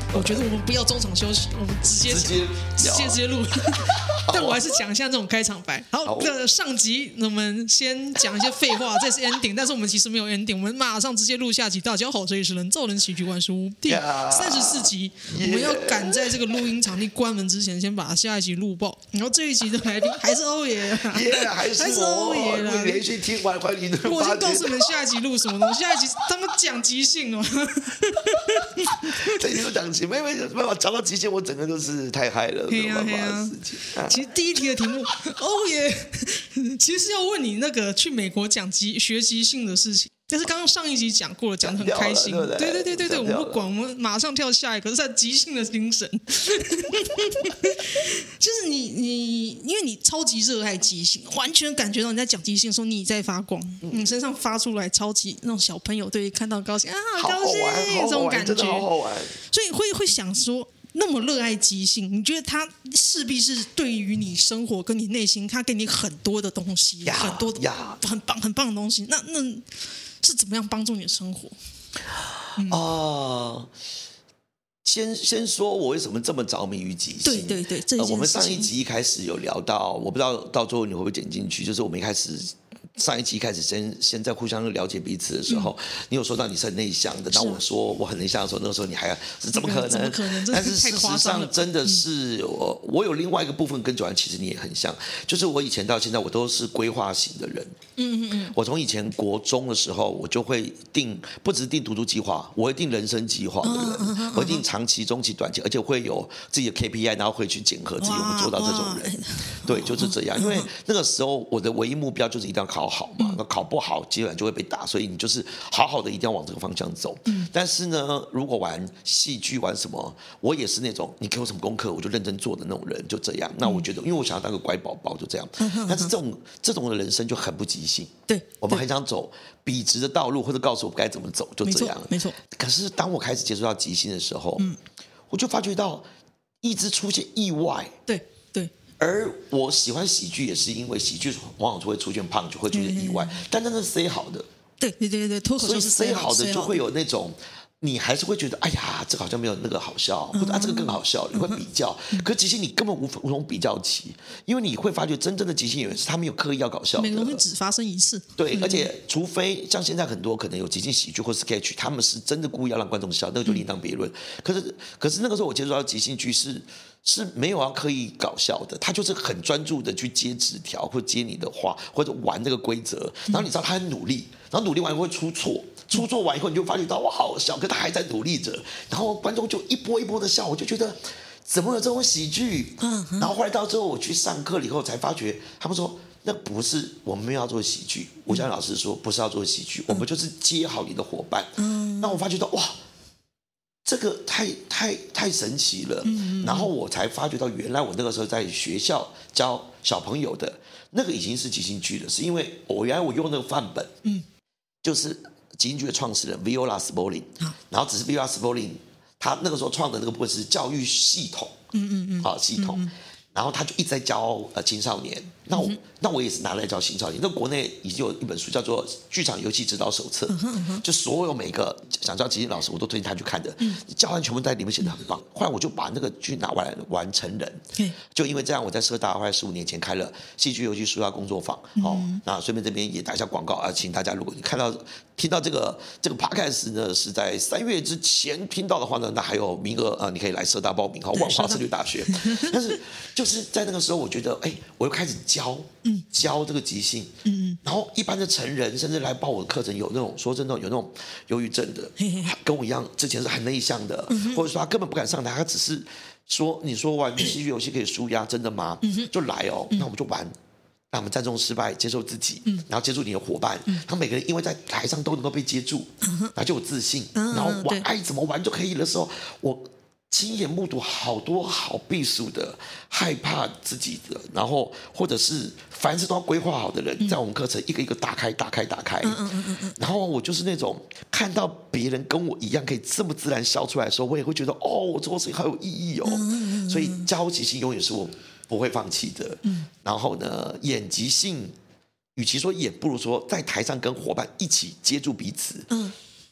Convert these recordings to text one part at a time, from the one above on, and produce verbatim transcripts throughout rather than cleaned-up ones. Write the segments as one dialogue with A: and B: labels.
A: 我觉得我们不要中场休息，我们直接
B: 直接
A: 直接直接录。但我还是讲一下这种开场白。好，这上集我们先讲一些废话，这是 ending， 但是我们其实没有 ending， 我们马上直接录下集。大家好，这里是人造人喜剧万事屋第三十四集，
B: yeah,
A: 我们要赶在这个录音场地关门之前，先把下一集录爆。然后这一集的来宾还是欧爷，
B: 耶、yeah, 还是
A: 欧爷
B: 啦！连续听完，欢迎
A: 我已经告诉你们下一集录什么东西，下一集他们讲即兴哦。
B: 这一集都讲即兴，没没没办法讲到即兴，我整个都是太嗨了，没有办法的事情。啊、
A: 其实第一题的题目，欧爷，其实是要问你那个去美国讲即学即兴的事情。但是刚刚上一集讲过了，讲得很开心，
B: 对
A: 对对对对对，我们不管，我们马上跳下一个，是他即兴的精神。就是你你，因为你超级热爱即兴，完全感觉到你在讲即兴的时候你在发光，嗯、你身上发出来超级那种小朋友对看到高兴啊，好高兴这种感觉，
B: 真的好好玩。
A: 所以会会想说。那么热爱即兴，你觉得它势必是对于你生活跟你内心，它给你很多的东西，
B: yeah,
A: 很多的
B: yeah.
A: 很棒很棒的东西。那那是怎么样帮助你的生活？
B: 啊、嗯呃，先先说我为什么这么着迷于即兴？
A: 对对对，这件事情、
B: 呃、我们上一集一开始有聊到，我不知道到最后你会不会剪进去，就是我们一开始。上一集开始先先在互相了解彼此的时候，嗯、你有说到你是很内向的，当我说我很内向的时候，那个时候你还是怎么可能？
A: 怎么可能？
B: 但是事实上真的是我，我有另外一个部分跟九安其实你也很像，就是我以前到现在我都是规划型的人。嗯嗯嗯。我从以前国中的时候，我就会定，不只是定读书计划，我会定人生计划的人，嗯嗯嗯、我会定长期、中期、短期，而且会有自己的 K P I， 然后会去检核自己有没有做到这种人。对，就是这样。因为那个时候我的唯一目标就是一定要考好嘛，那、嗯、考不好基本上就会被打，所以你就是好好的一定要往这个方向走。嗯、但是呢，如果玩戏剧玩什么，我也是那种你给我什么功课我就认真做的那种人，就这样。那我觉得，因为我想要当个乖宝宝，就这样。嗯、但是这种这种的人生就很不即兴。
A: 对，
B: 我们很想走笔直的道路，或者告诉我该怎么走，就这样。
A: 没错。
B: 可是当我开始接触到即兴的时候，嗯、我就发觉到一直出现意外。
A: 对对。
B: 而我喜欢喜剧，也是因为喜剧往往就会出现punch，会出现意外，嗯、但那是 say 好的。
A: 对对对对，脱口秀是
B: say 好的，就会有那种。你还是会觉得，哎呀，这个好像没有那个好笑，或者啊，这个更好笑，你会比较。可是即兴你根本无无从比较起，因为你会发觉真正的即兴演员是他没有刻意要搞笑的，
A: 每个东西只发生一次。
B: 对，而且除非像现在很多可能有即兴喜剧或 sketch， 他们是真的故意要让观众笑，那个就另当别论。可是，可是那个时候我接触到即兴剧是是没有要刻意搞笑的，他就是很专注的去接纸条或接你的话，或者玩这个规则。然后你知道他很努力，然后努力完会出错。出作完以后，你就发觉到哇，好笑，可他还在努力着，然后观众就一波一波的笑，我就觉得怎么有这种喜剧？嗯，然后后来到最后我去上课了以后，才发觉他们说那不是我们没有要做喜剧，吴佳老师说不是要做喜剧，我们就是接好你的伙伴。嗯，那我发觉到哇，这个太太太神奇了。嗯，然后我才发觉到原来我那个时候在学校教小朋友的那个已经是即兴剧了，是因为我原来我用那个范本，嗯，就是。即兴剧的创始人 Viola Spolin， 然后只是 Viola Spolin， 他那个时候创的那个部分是教育系统，嗯嗯嗯，好系统，嗯嗯然后他就一直在教呃青少年，那我、嗯、那我也是拿来教青少年。那国内已经有一本书叫做《剧场游戏指导手册》，嗯嗯、就所有每个想教即兴老师，我都推荐他去看的，嗯、教案全部在里面写得很棒。后来我就把那个剧拿过来玩成人，嗯、就因为这样，我在社大快十五年前开了戏剧游戏书画工作坊，嗯、哦，那顺便这边也打一下广告啊，请大家如果你看到听到这个这个 podcast 呢是在三月之前听到的话呢，那还有名额啊，你可以来社大报名哈，万华社区大学，但是。就是在那个时候，我觉得，哎，我又开始教，嗯，教这个即兴，嗯，然后一般的成人甚至来报我的课程，有那种说真的有那种忧郁症的，跟我一样，之前是很内向的，嗯、或者说他根本不敢上台，他只是说，你说玩戏剧游戏可以抒压，真的吗？嗯、就来哦，那我们就玩。那我们战胜失败，接受自己，嗯、然后接住你的伙伴，嗯、他每个人因为在台上都能够被接住，嗯、然后就有自信，嗯、然后我爱怎么玩就可以的时候，我。亲眼目睹好多好避暑的、害怕自己的，然后或者是凡事都要规划好的人，嗯、在我们课程一个一个打开、打开、打开。嗯嗯嗯嗯。然后我就是那种看到别人跟我一样可以这么自然笑出来的时候，我也会觉得哦，我做事情好有意义哦。嗯嗯嗯所以教即兴永远是我不会放弃的。嗯。然后呢，演即兴，与其说演，不如说在台上跟伙伴一起接住彼此。嗯。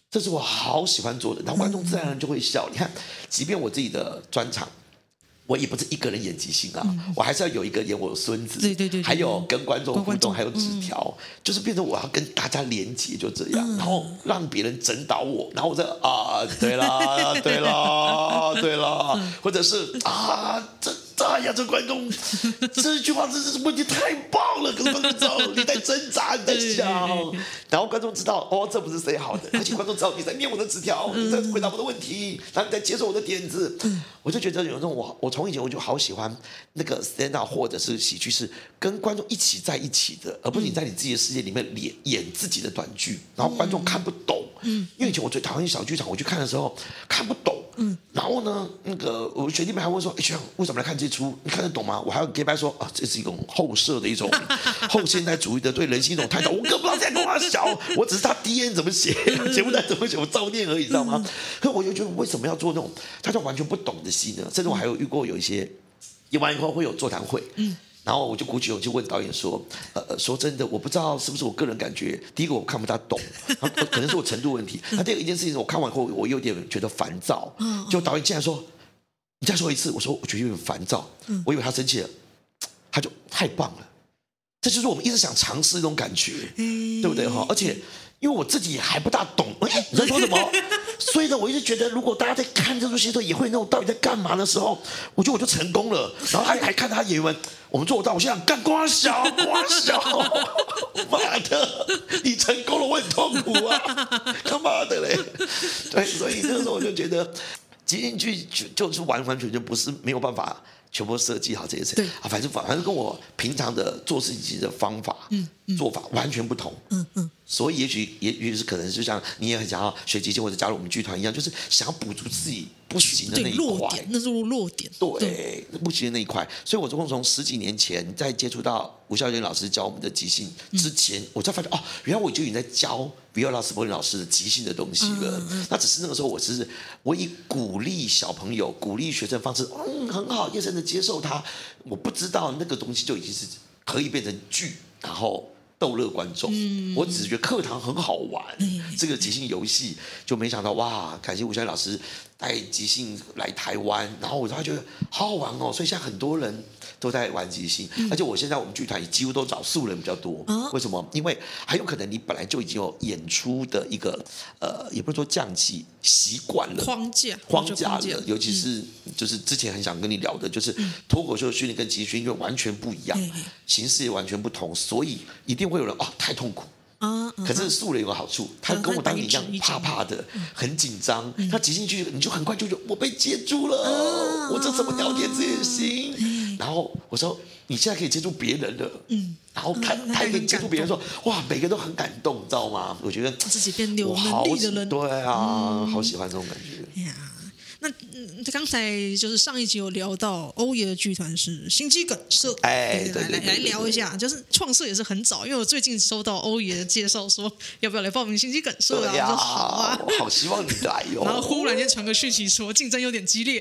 B: 这是我好喜欢做的，然后观众自然而然就会笑。你看，即便我自己的专场。我也不是一个人演即兴啊，嗯、我还是要有一个演我孙子，
A: 对对对对，
B: 还有跟观众互动，还有纸条，
A: 嗯、
B: 就是变成我要跟大家连接，就这样，嗯、然后让别人整倒我，然后我再啊，对啦，对啦，对啦，嗯、或者是啊，这。哎呀，这观众这句话真是问题太棒了！可是观众知道你在挣扎，你在想，然后观众知道哦，这不是谁好的，而且观众知道你在念我的纸条，你在回答我的问题，然后你在接受我的点子。我就觉得有那种我，我从以前我就好喜欢那个 stand up 或者是喜剧，是跟观众一起在一起的，而不是你在你自己的世界里面演演自己的短剧，然后观众看不懂。嗯，因为以前我最讨厌小剧场，我去看的时候看不懂。嗯，然后呢，那个我学弟妹还问说：“哎，学长，为什么来看这出？你看得懂吗？”我还要给白说：“啊，这是一种后设的一种后现代主义的对人性一种探讨。”我根本不知道在跟我小，我只是他 D N 怎么写，节目单怎么写，我照念而已，知道吗？可我就觉得为什么要做那种他就完全不懂的戏呢？甚至我还有遇过有一些演完以后会有座谈会，嗯。然后我就鼓起勇气问导演说：“呃，说真的，我不知道是不是我个人感觉，第一个我看不大懂，可能是我程度问题。那第二个一件事情是我看完后，我有点觉得烦躁。就导演竟然说：‘你再说一次。’我说：‘我觉得有点烦躁。’我以为他生气了，他就太棒了。这就是我们一直想尝试一种感觉，对不对哈？而且因为我自己也还不大懂，哎，你在说什么？所以呢，我一直觉得，如果大家在看这出戏的时候，也会那种到底在干嘛的时候，我觉得我就成功了。然后还还看他演员，我们做到，我现在干瓜小瓜小，妈的，你成功了，我很痛苦啊，他妈的嘞！对，所以那个时候我就觉得，即兴剧就就是完完全全不是没有办法全部设计好这些事啊，反正反正跟我平常的做事情的方法、嗯嗯、做法完全不同。嗯嗯，所以也许也许是可能就像你也很想要学即兴或者加入我们剧团一样，就是想要补足自己不行的那一块，
A: 那是弱点。
B: 对，对不行的那一块。所以我总共从十几年前在接触到吴孝坚老师教我们的即兴之前，嗯、我才发现哦，原来我就已经在教 Viola Spolin 老师的即兴的东西了。嗯嗯、那只是那个时候我只是我以鼓励小朋友、鼓励学生的方式，嗯，很好，夜深的接受他。我不知道那个东西就已经是可以变成剧，然后逗乐观众。嗯、我只是觉得课堂很好玩，嗯、这个即兴游戏就没想到哇！感谢吴孝坚老师带即兴来台湾，然后我才觉得好好玩哦。所以现在很多人都在玩即兴，嗯、而且我现在我们剧团也几乎都找素人比较多。哦、为什么？因为很有可能你本来就已经有演出的一个呃，也不是说降级习惯了，
A: 框架
B: 框架了。尤其是、嗯、就是之前很想跟你聊的，就是脱口秀训练跟即兴训练完全不一样，嗯、形式也完全不同，所以一定会有人啊、哦、太痛苦。啊，可是素人有个好处，他跟我当年一样怕怕的，很紧张。他即兴剧你就很快就觉得我被接住了，我这怎么了解自己的心？然后我说你现在可以接住别人了，嗯，然后他他也可以接住别人，说哇，每个都很感动，你知道吗？我觉得
A: 自己变有能力的人，
B: 对啊，好喜欢这种感觉。
A: 那嗯，刚才就是上一集有聊到欧爷的剧团是心肌梗塞，
B: 哎，对
A: 来来聊一下，就是创设也是很早，因为我最近收到欧爷的介绍说要不要来报名心肌梗塞啊，我说好啊，
B: 我好希望你来哟。
A: 然后忽然间传个讯息说竞争有点激烈，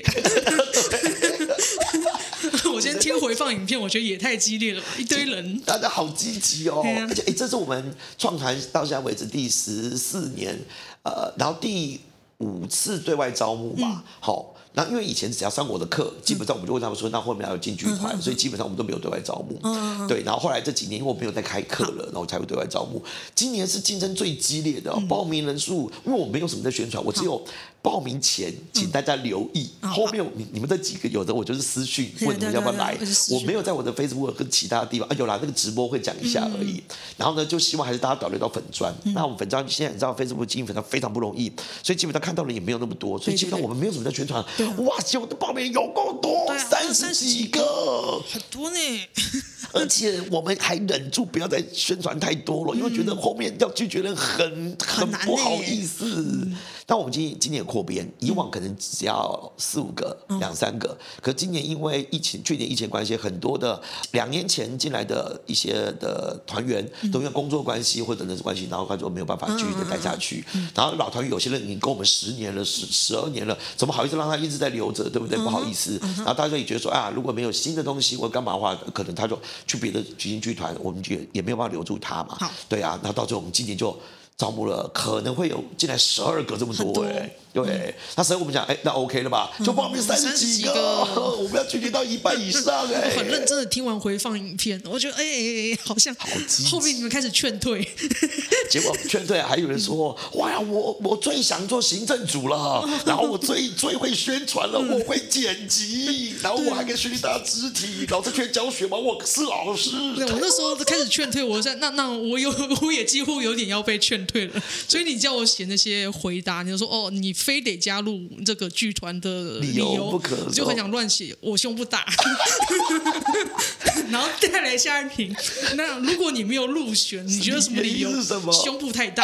A: 我先听回放影片，我觉得也太激烈了吧，一堆人，
B: 大家好积极哦，而且哎，这是我们创团到现在为止第十四年，呃，然后第五次对外招募吧，好、嗯，然后因为以前只要上我的课，基本上我们就问他们说，那后面还有进剧团，嗯、所以基本上我们都没有对外招募。嗯、对，然后后来这几年因为我没有在开课了，然后才会对外招募。今年是竞争最激烈的、哦，报名人数，因为我没有什么在宣传，我只有报名前请大家留意，嗯、后面你你们这几个有的我就是私讯问你们要不要来，我没有在我的 Facebook 跟其他的地方啊有啦，那个直播会讲一下而已。嗯、然后呢，就希望还是大家导流到粉专。嗯、那我们粉专现在你知道 Facebook 经营粉专非常不容易，所以基本上看到的也没有那么多，所以基本上我们没有什么在宣传。哇，结果的报名有够多，三十几个，
A: 很多呢。
B: 而且我们还忍住不要再宣传太多了，因为觉得后面要拒绝人很很不好意思。但我们今今年扩编，以往可能只要四五个、两三个，可今年因为疫情，去年疫情关系，很多的两年前进来的一些的团员，都因为工作关系或者人事关系，然后他就没有办法继续的待下去。然后老团员有些人已经跟我们十年了、十十二年了，怎么好意思让他一直在留着，对不对？不好意思。然后大家也觉得说啊，如果没有新的东西或干嘛的话，可能他就去别的即兴剧团，我们也也没有办法留住他嘛。对啊，然后到最后我们今年就招募了，可能会有进来十二个这么多哎、欸，对，嗯、那所以我们讲，哎，那 OK 了吧？就报名三十几个，个我们要聚集到一半以上哎、欸。
A: 很认真的听完回放影片，我觉得哎哎哎，好像好后面你们开始劝退，
B: 结果劝退还有人说，哇呀，我我最想做行政组了，然后我最最会宣传了，我会剪辑，然后我还可以训练大家肢体，老师缺教学嘛，我是老师。
A: 对，我那时候开始劝退，我在那那我有我也几乎有点要被劝退了，所以你叫我写那些回答，你就说哦，你非得加入这个剧团的理由，
B: 理由不可，
A: 就很想乱写，我胸不大。然后再来下一题，那如果你没有入选，你觉得什么理由？
B: 是什么？
A: 胸部太大。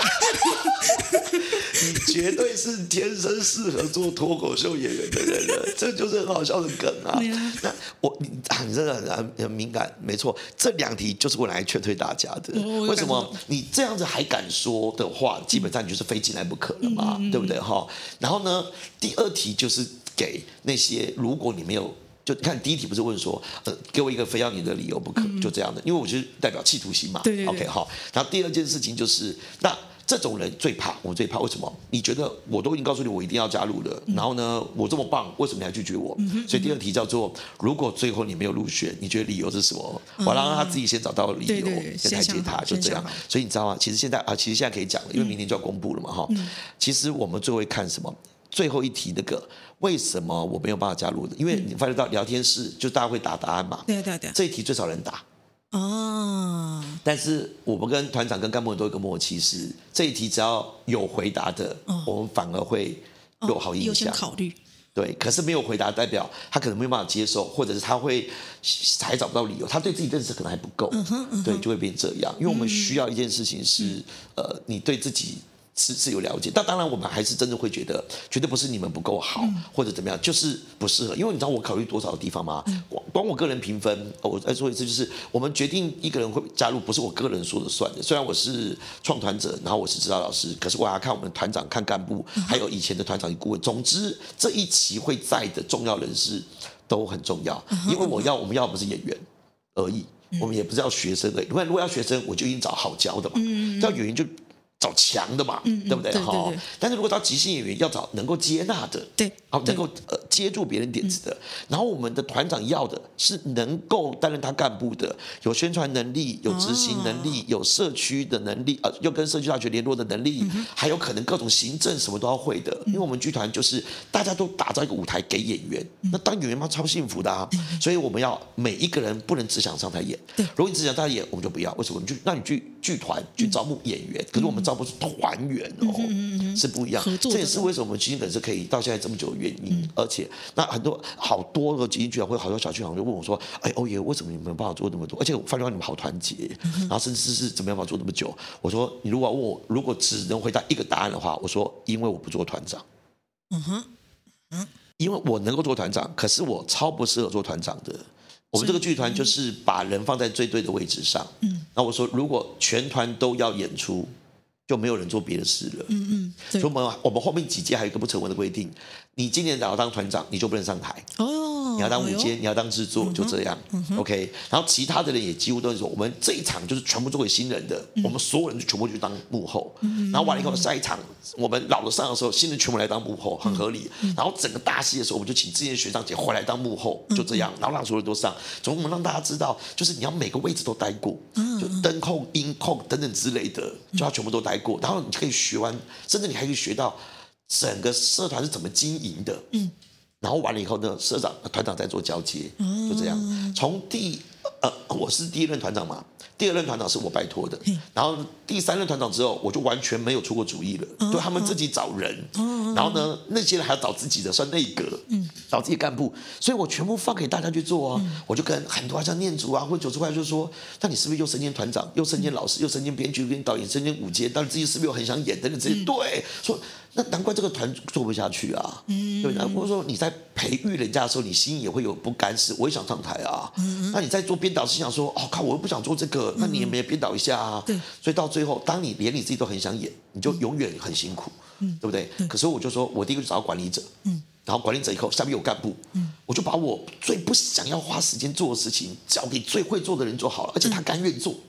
B: 你绝对是天生适合做脱口秀演员的人了，这就是很好笑的梗啊！啊那我你啊，你真的很很敏感，没错，这两题就是我来劝退大家的。为什么你这样子还敢说的话，基本上你就是非进来不可了嘛，嗯、对不对哈？然后呢，第二题就是给那些如果你没有。就你看第一题不是问说，呃，给我一个非要你的理由不可，嗯、就这样的，因为我觉得代表企图心嘛。
A: 对对对
B: OK 好，然后第二件事情就是，那这种人最怕，我最怕为什么？你觉得我都已经告诉你我一定要加入了，嗯、然后呢，我这么棒，为什么你还拒绝我？嗯、所以第二题叫做，如果最后你没有入选，你觉得理由是什么？嗯、我让他自己先找到理由，
A: 对
B: 先台阶他，就这样。所以你知道吗？其实现在啊，其实现在可以讲了，因为明天就要公布了嘛，哈、嗯。其实我们最会看什么？最后一题那个为什么我没有办法加入的？因为你发觉到聊天室就大家会打答案嘛，
A: 对对对，
B: 这一题最少人打
A: 哦。
B: 但是我们跟团长跟干部都有一个默契是，这一题只要有回答的，哦、我们反而会有好印象，
A: 优先考虑。
B: 对，可是没有回答代表他可能没有办法接受，或者是他会还找不到理由，他对自己认识可能还不够，嗯哼嗯哼对，就会变这样。因为我们需要一件事情是，嗯、呃，你对自己。是是有了解，但当然我们还是真的会觉得，绝对不是你们不够好，嗯、或者怎么样，就是不适合。因为你知道我考虑多少地方吗？嗯、光光我个人评分，我再说一次，就是我们决定一个人会加入，不是我个人说了算的。虽然我是创团者，然后我是指导老师，可是我还要看我们团长、看干部，还有以前的团长与顾问。总之，这一期会在的重要人士都很重要，因为我要我们要不是演员而已，我们也不是要学生而已。如果如果要学生，我就已经找好教的嘛，嗯、要演员就。找强的嘛，嗯、对不对？哈，但是如果找即兴演员，要找能够接纳的，
A: 对，
B: 好能够呃接住别人点子的。嗯、然后我们的团长要的是能够担任他干部的，有宣传能力，有执行能力，哦、有社区的能力，呃，又跟社区大学联络的能力，嗯、还有可能各种行政什么都要会的。嗯、因为我们剧团就是大家都打造一个舞台给演员，嗯、那当演员嘛超幸福的啊。嗯、所以我们要每一个人不能只想上台演，对，如果你只想上台演，我们就不要。为什么？就让你去剧团去招募演员，嗯、可是我们招。不是团员哦，嗯嗯嗯是不一样。这也是为什么我们基金本是可以到现在这么久的原因。嗯、而且，那很多好多个基金剧团或者好多小剧场就问我说：“哎，欧爷，为什么你们没有办法做那么多？而且我发觉到你们好团结，嗯、然后甚至是怎么样办法做那么久？”我说：“你如果问我，如果只能回答一个答案的话，我说因为我不做团长。嗯哼，嗯，因为我能够做团长，可是我超不适合做团长的。”我们这个剧团就是把人放在最对的位置上。嗯，那我说，如果全团都要演出。就没有人做别的事了。嗯嗯，所以我们我们后面几届还有一个不成文的规定，你今年只要当团长，你就不能上台。哦，你要当舞监，你要当制作，就这样。嗯、OK， 然后其他的人也几乎都是说，我们这一场就是全部做给新人的，嗯、我们所有人就全部去当幕后。嗯、然后完了以后，下一场我们老了上的时候，新人全部来当幕后，很合理。嗯、然后整个大戏的时候，我们就请之前学长姐回来当幕后，就这样，然后让所有人都上。总之我们让大家知道，就是你要每个位置都待过，就灯控、音控等等之类的，就要全部都待过。然后你可以学完，甚至你还可以学到整个社团是怎么经营的。嗯，然后完了以后呢，社长、团长在做交接，就这样。从第呃，我是第一任团长嘛，第二任团长是我拜托的，然后第三任团长之后，我就完全没有出过主意了，就他们自己找人，然后呢，那些人还要找自己的，算内阁，找自己干部，所以我全部放给大家去做啊。我就跟很多像念祖啊或者九十块就说，那你是不是又身兼团长，又身兼老师，又身兼编剧，跟导演，身兼舞监，但是自己是不是又很想演等等这些？对，说那难怪这个团做不下去啊。对，然后说你在培育人家的时候，你心里也会有不甘是，我也想上台啊。那你在做编导是想说，哦靠，我又不想做这个，那你也没有编导一下啊。对，所以到最后，当你连你自己都很想演，你就永远很辛苦，对不对？可是我就说，我第一个就找管理者，然后管理者以后下面有干部，我就把我最不想要花时间做的事情交给最会做的人做好了，而且他甘愿做。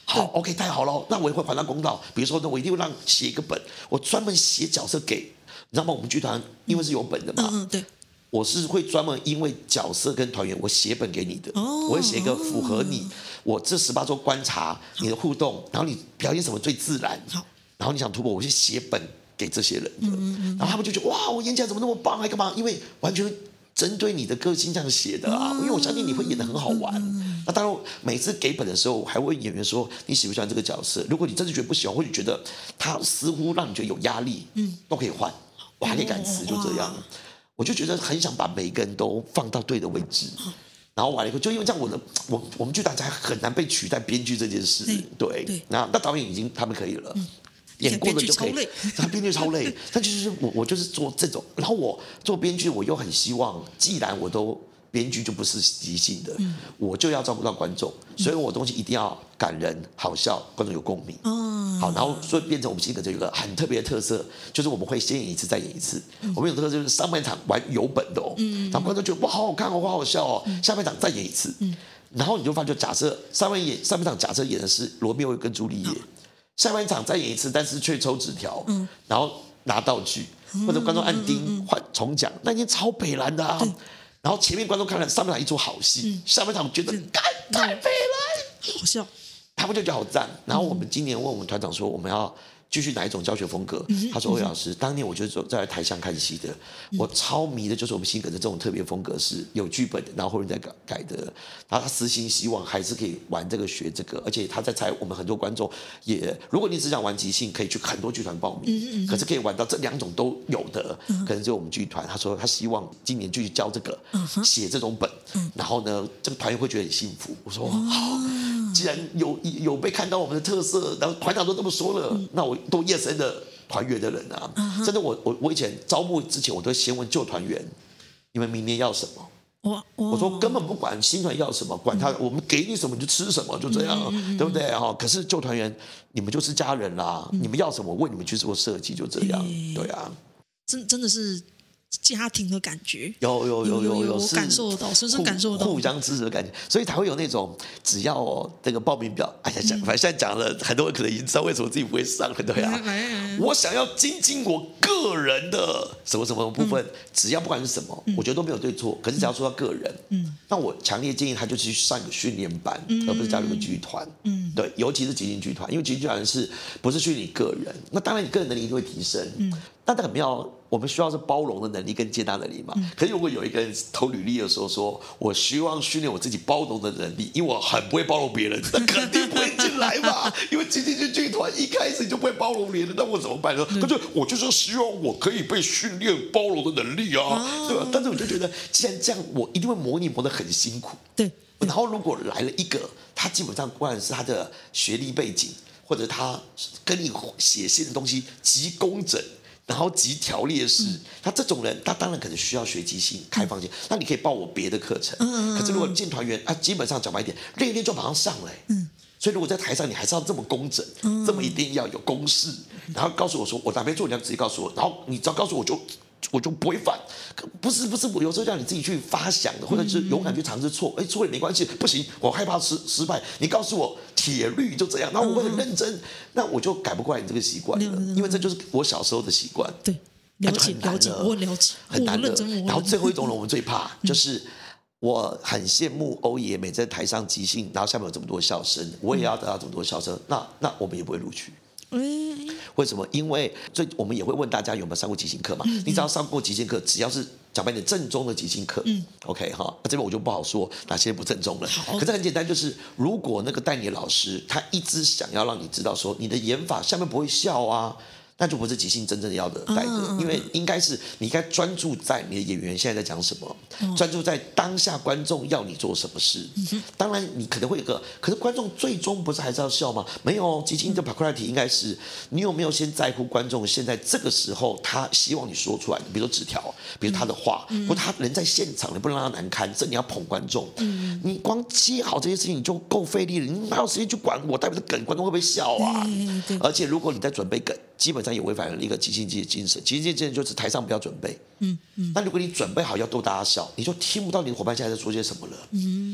B: 好 ，OK， 太好了，那我也会还他公道。比如说呢，我一定会让写一个本，我专门写角色给，你知道吗？我们剧团因为是有本的嘛，
A: 嗯嗯，对。
B: 我是会专门因为角色跟团员，我写本给你的，
A: 哦、
B: 我会写一个符合你，我这十八周观察你的互动，然后你表演什么最自然，
A: 好，
B: 然后你想突破，我去写本给这些人的，
A: 嗯嗯嗯，
B: 然后他们就觉得哇，我演起来怎么那么棒，还干嘛？因为完全针对你的个性这样写的啊，
A: 哦、
B: 因为我相信你会演得很好玩。
A: 嗯、
B: 那当然，每次给本的时候，我还会问演员说你喜不喜欢这个角色？如果你真的觉得不喜欢，或者觉得他似乎让你觉得有压力，嗯，都可以换，我还可以改词，就这样。我就觉得很想把每个人都放到对的位置，然后完了以后，就因为这样，我的我我们剧团才很难被取代编剧这件事。对，对，那那导演已经他们可以了，嗯、演过的就可以。他编剧超累，但就是我我就是做这种，然后我做编剧，我又很希望，既然我都编剧就不是即兴的，嗯、我就要照顾到观众，所以我东西一定要感人、好笑，观众有共鸣。嗯好，然后所以变成我们新梗就有一个很特别的特色，就是我们会先演一次再演一次。嗯、我们有特色就是上半场玩有本的哦，嗯、然后观众觉得哇好好看哦，好好笑哦，嗯、下半场再演一次。嗯、然后你就发觉，假设上半演上半场假设演的是罗密欧跟朱丽叶，下半场再演一次，但是却抽纸条，嗯、然后拿道具，或者观众按钉换重讲，那已经超北蓝的啊。然后前面观众看了上半场一出好戏，嗯、下半场觉得干太北蓝，
A: 好笑。
B: 他们就觉得好赞，然后我们今年问我们团长说，我们要继续哪一种教学风格？嗯、他说：“魏老师，当年我就是在台上看戏的，嗯、我超迷的就是我们新梗的这种特别风格，是有剧本的，然后后人在改改的。然后他私心希望还是可以玩这个学这个，而且他在猜我们很多观众也，如果你只想玩即兴，可以去很多剧团报名，嗯嗯、可是可以玩到这两种都有的，嗯、可能只有我们剧团。他说他希望今年继续教这个，嗯、写这种本，嗯、然后呢，这个团员会觉得很幸福。我说好。”既然有有被看到我们的特色，然后团长都这么说了，嗯、那我都夜深的团员的人啊，嗯、真的我我我以前招募之前，我都会先问旧团员，你们明年要什么？我我说根本不管新团要什么，管他，嗯、我们给你什么你就吃什么，就这样，嗯、对不对哈？可是旧团员你们就是家人啦，嗯、你们要什么为你们去做设计，就这样，欸、对啊，
A: 真真的是。家庭的感觉
B: 有有有有有，
A: 我感受得到，深深感受得到
B: 互相支持的感觉，所以才会有那种只要哦这个报名表，哎呀讲，反正现在讲了，很多人可能已经知道为什么自己不会上了，对啊。我想要精进我个人的什么什么部分，嗯、只要不管是什么，嗯、我觉得都没有对错。可是只要说到个人，嗯，那我强烈建议他就去上一个训练班，嗯、而不是加入一个剧团，嗯，对，尤其是即兴剧团，因为即兴剧团是不是训练你个人？那当然你个人能力一定会提升，嗯，但很妙。我们需要是包容的能力跟接纳能力嘛？嗯、可是如果有一个人投履历的时候说，我希望训练我自己包容的能力，因为我很不会包容别人，那肯定不会进来嘛。因为即兴剧剧团一开始就不会包容别人，那我怎么办呢？嗯、可是我就是希望我可以被训练包容的能力啊，啊对吧？但是我就觉得，既然这样，我一定会模拟磨得很辛苦。
A: 对。
B: 然后如果来了一个，他基本上不管是他的学历背景，或者他跟你写信的东西极工整。然后极条列式，嗯、他这种人，他当然可能需要学即兴、开放性。嗯、那你可以报我别的课程。嗯、可是如果进团员啊，基本上讲白一点，练一练就马上上了。嗯、所以如果在台上，你还是要这么工整，嗯、这么一定要有公式，然后告诉我说我哪边做，你要直接告诉我，然后你只要告诉我就。我就不会犯，不是不是，我有时候让你自己去发想的，或者是勇敢去尝试错，哎，错了没关系，不行，我害怕失失败，你告诉我铁律就这样，然后我会很认真，嗯、那我就改不过来你这个习惯了，因为这就是我小时候的习惯。
A: 对，了解了解，我了解，
B: 很难的。然后最后一种人我们最怕，
A: 嗯、
B: 就是我很羡慕欧爷每在台上即兴，然后下面有这么多笑声，我也要得到这么多笑声，那那我们也不会录取。嗯、为什么？因为最我们也会问大家有没有上过即兴课嘛？嗯、你只要上过即兴课，只要是讲白点正宗的即兴课，嗯 ，OK 哈，那这边我就不好说哪些不正宗了。可是很简单，就是如果那个带你的老师他一直想要让你知道说你的演法下面不会笑啊。那就不是即兴真正要的带的，嗯、因为应该是你应该专注在你的演员现在在讲什么，嗯、专注在当下观众要你做什么事。嗯、当然你可能会有个，可是观众最终不是还是要笑吗？没有，即兴的 priority 应该是你有没有先在乎观众现在这个时候他希望你说出来的，比如说纸条，比如他的话，嗯、或他人在现场，你不能让他难堪，这你要捧观众。嗯、你光接好这些事情你就够费力了，你哪有时间去管我代表的梗观众会不会笑啊？嗯、而且如果你在准备梗，基本上也违反了一个即兴剧的精神。即兴剧精神就是台上不要准备。嗯嗯。那如果你准备好要逗大家笑，你就听不到你的伙伴现在在说些什么了。嗯。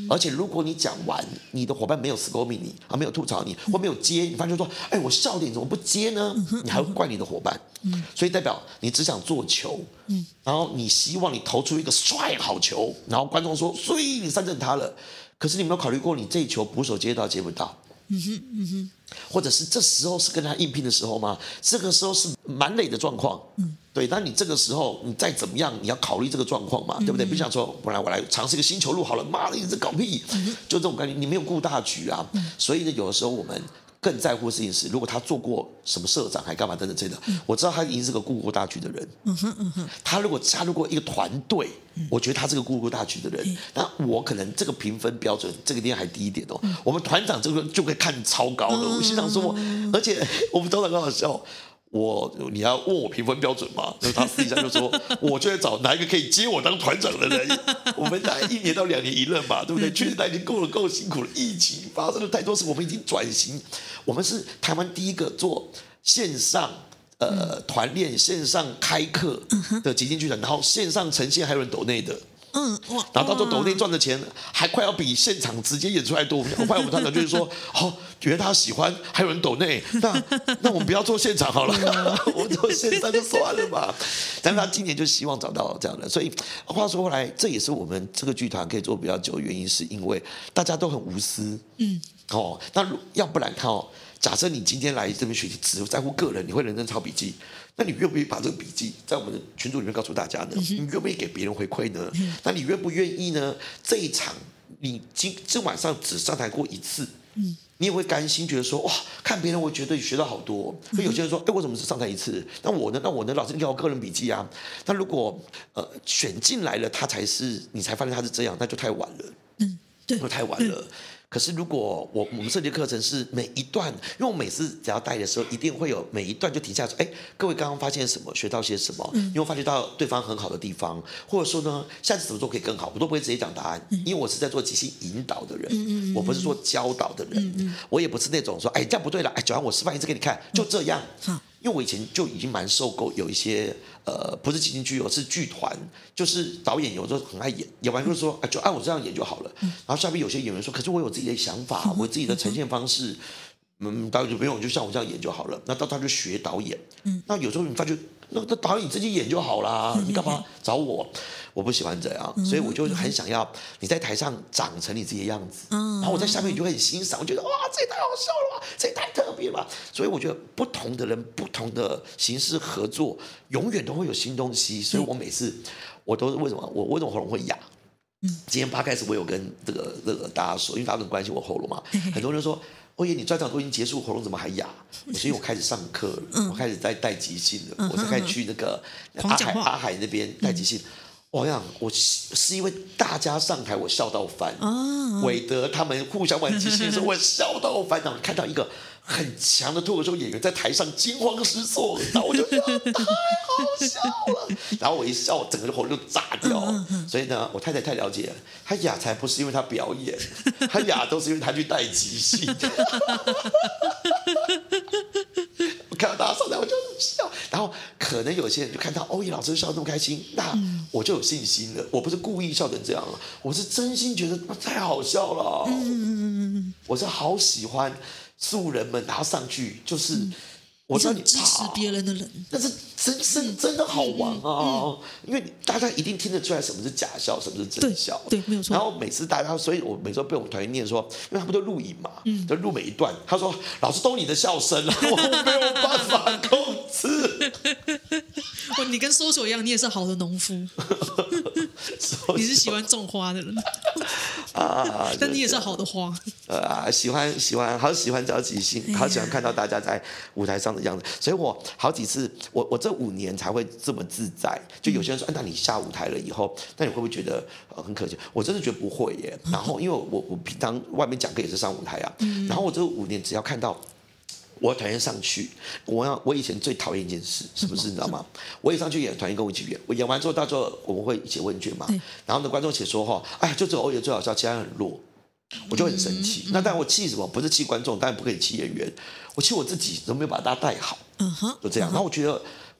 B: 而且如果你讲完，你的伙伴没有 scolding 你啊，没有吐槽你，或没有接，你发现说，哎，我笑点怎么不接呢？你还会怪你的伙伴，所以代表你只想做球，然后你希望你投出一个帅好球，然后观众说，所以你三振他了。可是你有没有考虑过，你这一球捕手接到接不到？嗯哼嗯哼，或者是这时候是跟他硬拼的时候吗？这个时候是满垒的状况，嗯，对。那你这个时候你再怎么样，你要考虑这个状况嘛，对不对？不像说，本来我来尝试一个新球路好了，妈的，你这搞屁，就这种感觉，你没有顾大局啊。所以呢，有的时候我们更在乎的事情是，如果他做过什么社长还干嘛等等之类的，我知道他已经是个顾过大局的人。嗯哼嗯哼，他如果加入过一个团队，我觉得他是个顾过大局的人。那我可能这个评分标准这个地方还低一点哦。我们团长这个就可以看超高了。我心想说，而且我们团长很好笑。我你要问我评分标准吗？他私底下就说，我就在找哪一个可以接我当团长的人。我们才一年到两年一任嘛，对不对？确实他已经够了，够辛苦了。疫情发生了太多事，我们已经转型。我们是台湾第一个做线上呃团练、线上开课的即兴剧团，然后线上呈现还有人抖内的。嗯，哇！然后到时候抖内赚的钱还快要比现场直接演出来多。后来我们团长就是说，哦，觉得他喜欢，还有人抖内，那那我们不要做现场好了，我们做线上就算了吧。但是他今年就希望找到这样的，所以话说回来，这也是我们这个剧团可以做比较久的原因，是因为大家都很无私。嗯，哦，那要不然看哦，假设你今天来这边学习，只在乎个人，你会认真抄笔记。那你愿不愿意把这个笔记在我们的群组里面告诉大家呢？你愿不愿意给别人回馈呢？那你愿不愿意呢？这一场你今这晚上只上台过一次，你也会甘心觉得说，哇，看别人我觉得学到好多。所以有些人说，哎，我怎么只上台一次？那我呢？那我呢？老师，你给我个人笔记啊。那如果呃选进来了，他才是你才发现他是这样，那就太晚了。嗯，对，那太晚了。可是如果我我们设计课程是每一段，因为我每次只要带的时候，一定会有每一段就停下来说，哎，各位刚刚发现什么，学到些什么，因为我发觉到对方很好的地方，或者说呢，下次怎么做可以更好，我都不会直接讲答案，因为我是在做即兴引导的人，我不是做教导的人，我也不是那种说，哎，这样不对了，哎，九安我示范一次给你看，就这样。因为我以前就已经蛮受够有一些呃，不是即兴剧哦，是剧团，就是导演有时候很爱演，演完就说，哎，就按我这样演就好了。然后下面有些演员说，可是我有自己的想法，我有自己的呈现方式，嗯，导演就不用，就像我这样演就好了。那到他就学导演，那有时候你发觉，那那导演你自己演就好啦，你干嘛找我？我不喜欢这样，所以我就很想要你在台上长成你自己的样子，然后我在下面你就会很欣赏，我觉得哇，这也太好笑了吧，这也太特别了吧。所以我觉得不同的人、不同的形式合作，永远都会有新东西。所以我每次我都是为什么我为什么喉咙会哑？今天八开始我有跟这个这个大家说，因为大家很关心我喉咙嘛，很多人说。欧耶，你专场都已经结束，喉咙怎么还哑？我说因为我开始上课了，嗯、我开始在带即兴了，嗯、我才开始去那个阿海阿海那边带即兴。嗯、我想，我是因为大家上台我笑到翻，哦、韦德他们互相玩即兴的时候，我笑到翻。然后看到一个很强的脱口秀演员在台上惊慌失措，然后我就觉得太好笑了。然后我一笑，整个喉咙就炸掉。嗯嗯、所以呢，我太太太了解了，她哑才不是因为她表演，她哑都是因为她去带即兴。我看到大家上台我就笑，然后可能有些人就看到欧耶老师笑得那么开心，那我就有信心了。我不是故意笑成这样了，我是真心觉得太好笑了。嗯、我是好喜欢素人们，然后上去就是。嗯我知道你
A: 支持别人的人，
B: 但是真真真的好玩啊！嗯嗯、因为大家一定听得出来什么是假笑，什么是真笑，
A: 对，对没有错。
B: 然后每次大家，所以我每次都被我们团员念说，因为他们都录影嘛，嗯、就录每一段。他说：“老师都你的笑声了，我没有办法控制。”
A: 你跟搜索一样，你也是好的农夫，你是喜欢种花的人啊，但你也是好的花。
B: 呃，喜欢喜欢，好喜欢找即兴，好喜欢看到大家在舞台上的样子。所以我好几次，我我这五年才会这么自在。就有些人说，啊、那你下舞台了以后，那你会不会觉得、呃、很可惜？我真的觉得不会耶。然后因为我我平常外面讲课也是上舞台啊，然后我这五年只要看到。我团员上去，我要我以前最讨厌一件事，是不是你知道吗？我一上去演，团员跟我一起演，我演完之后，到时候我们会写问卷嘛，然后呢，观众写说哈，哎，就只有欧耶最好笑，其他人很弱，我就很生气。嗯、那但我气什么？不是气观众，当然不可以气演员，我气我自己，怎么没有把大家带好？嗯、就这样。然后我觉得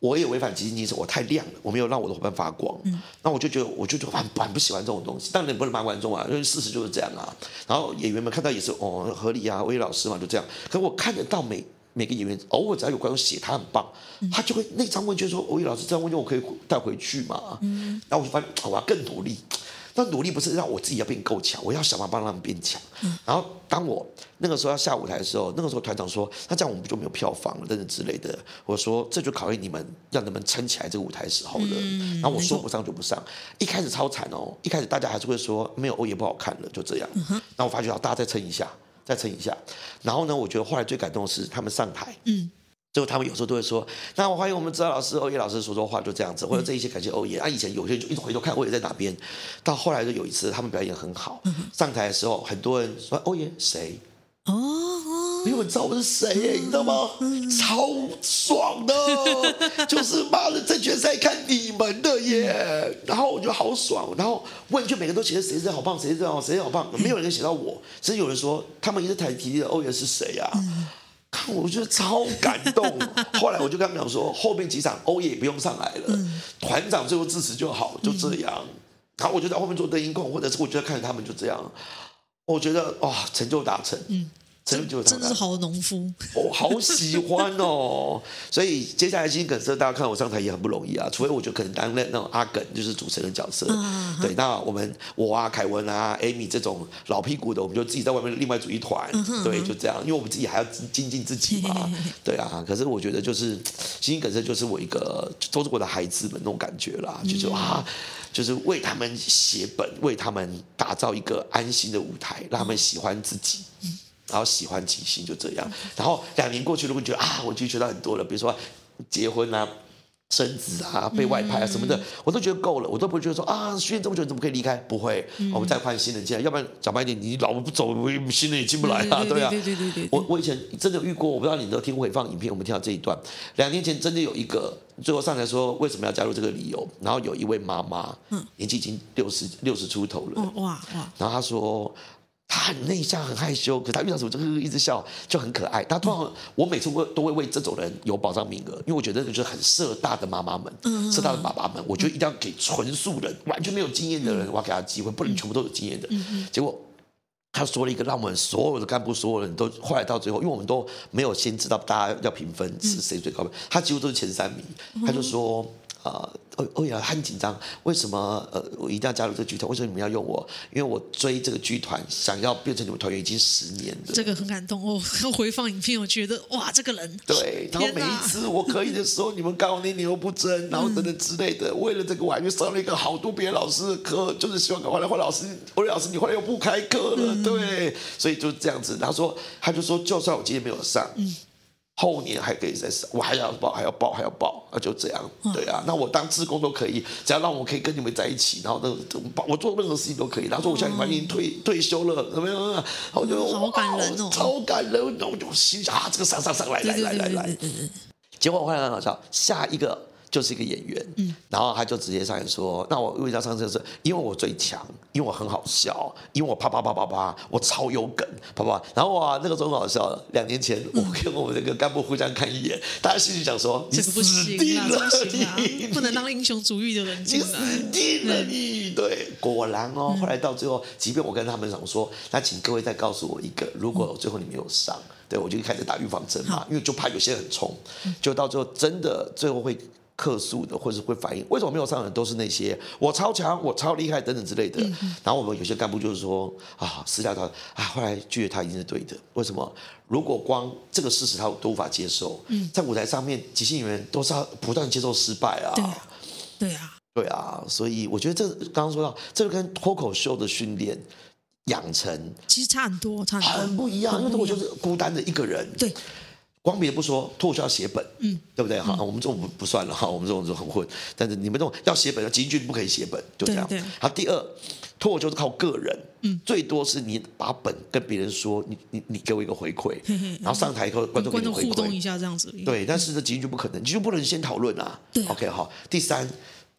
B: 我也违反即兴精神，我太亮了，我没有让我的伙伴发光。嗯，那我就觉得，我就觉得很很不喜欢这种东西。当然你不能骂观众啊，因为事实就是这样啊。然后演员们看到也是哦合理啊，威老师嘛就这样。可我看得到每每个演员，偶尔只要有观众写他很棒，嗯、他就会那张问卷说：“欧一老师，这张问卷我可以带回去吗？”嗯，然后我就发现我要更努力。那努力不是让我自己要变够强，我要想办法让他们变强。嗯、然后当我那个时候要下舞台的时候，那个时候团长说：“那这样我们就没有票房了，等等之类的。”我说：“这就考验你们，让你们撑起来这个舞台时候的。嗯”然后我说不上就不上，一开始超惨哦，一开始大家还是会说没有欧也不好看了，就这样。嗯、然后我发觉到大家再撑一下，再撑一下。然后呢，我觉得后来最感动的是他们上台。嗯。最后他们有时候都会说：“那我欢迎我们指导老师欧耶老师说说话，就这样子。”或者这一些感谢欧耶。啊，以前有些人就一直回头看欧耶在哪边。到后来就有一次，他们表演很好，上台的时候，很多人说：“欧耶谁？”哦，没有人知道我是谁耶，你知道吗？超爽的，就是妈的在决赛看你们的耶。然后我觉得好爽，然后问卷每个都写的谁谁好棒，谁谁好，谁好棒，没有人写到我，只是有人说他们一直台提的欧耶是谁啊？看，我觉得超感动。后来我就跟他们讲说，后面几场欧耶也不用上来了，嗯、团长最后支持就好，就这样。嗯、然后我就在后面做灯音控，或者是我觉得看着他们就这样，我觉得哇、哦，成就达成。嗯
A: 真真的是好农夫，
B: 我、哦、好喜欢哦！所以接下来金梗色，大家看我上台也很不容易啊。除非我觉得可能担任那种阿梗，就是主持人角色。啊、对，那我们我啊、凯文啊、Amy 这种老屁股的，我们就自己在外面另外组一团。嗯、对，就这样，因为我们自己还要精进自己嘛。对啊，可是我觉得就是金梗色，就是我一个都是我的孩子们那种感觉啦，就是啊。就是为他们写本，为他们打造一个安心的舞台，让他们喜欢自己。嗯然后喜欢即兴就这样，然后两年过去了，我觉得啊，我就学到很多了，比如说结婚啊、生子啊、被外派啊什么的，我都觉得够了，我都不会觉得说啊，训练这么久你怎么可以离开？不会，我们再换新人进来，要不然讲白一点，你老不走，新人也进不来啊，对啊。对对对对。我我以前真的遇过，我不知道你都听回放影片，我们听到这一段，两年前真的有一个最后上台说为什么要加入这个理由，然后有一位妈妈，嗯，年纪已经六十六十出头了，哇哇，然后她说。他很内向，很害羞，可是他遇到什么就一直笑，就很可爱。他通常我每次会都会为这种人有保障名额，因为我觉得就是很社大的妈妈们、嗯、社大的爸爸们，我觉得一定要给纯素人、完全没有经验的人，我要给他机会，不能全部都有经验的。嗯、结果他说了一个让我们所有的干部、所有人都后来到最后，因为我们都没有先知道大家要评分是谁最高分，他几乎都是前三名。他就说。呃，欧欧呀，很紧张。为什么呃，我一定要加入这个剧团？为什么你们要用我？因为我追这个剧团，想要变成你们团员已经十年了。
A: 这个很感动哦！看回放影片，我觉得哇，这个人
B: 对。然后每一次我可以的时候，你们刚好那年又不争，然后等等之类的。嗯、为了这个，我还去上了一个好多别的老师的课，就是希望赶快来换老师。欧老师，你后来又不开课了，嗯、对。所以就是这样子。然后说，他就说，就算我今天没有上。嗯后年还可以再上，我还要报，还要报，还要报，啊，就这样，对啊。那我当志工都可以，只要让我可以跟你们在一起，然后呢，我做任何事情都可以。他说我现在已经退退休了，怎么样？然后我就
A: 好感人哦，
B: 超感人。然后我就心想啊，这个上上上来来来来来。结果我后来很好笑，下一个。就是一个演员，嗯、然后他就直接上来说：“那我为什么要上这个？是因为我最强，因为我很好笑，因为我啪啪啪啪啪，我超有梗，啪啪。然后哇，那个时候很好笑。两年前，我跟我们那个干部互相看一眼，大家心里想说：你死定了，
A: 你不能让英雄主义的人进来，
B: 你死定了你。对，果然哦，后来到最后，即便我跟他们讲说，那请各位再告诉我一个，如果最后你没有上，对我就开始打预防针嘛，因为就怕有些人很冲，就到最后真的最后会。”客诉的，或者是会反映为什么没有上的都是那些我超强、我超厉害等等之类的。嗯嗯然后我们有些干部就是说啊，私下他啊，后来觉得他一定是对的。为什么？如果光这个事实他都无法接受，嗯、在舞台上面，即兴演员都是要不断接受失败啊。
A: 对啊，对啊，
B: 对啊。所以我觉得这刚刚说到，这个跟脱口秀的训练养成
A: 其实差很多，差很多，
B: 很不一样。因为脱口秀是孤单的一个人。
A: 对。
B: 光别的不说，脱口秀要写本，嗯，对不对？哈、嗯，我们这种不不算了哈，我们这种就很混。但是你们这种要写本，要即兴剧不可以写本，就这样。对对好，第二，脱口秀是靠个人，嗯，最多是你把本跟别人说，你你你给我一个回馈，嘿嘿然后上台以后观众给你回馈，
A: 互动一下这样子。
B: 对，但是这即兴剧不可能，即兴剧不能先讨论啊。对。OK， 好，第三。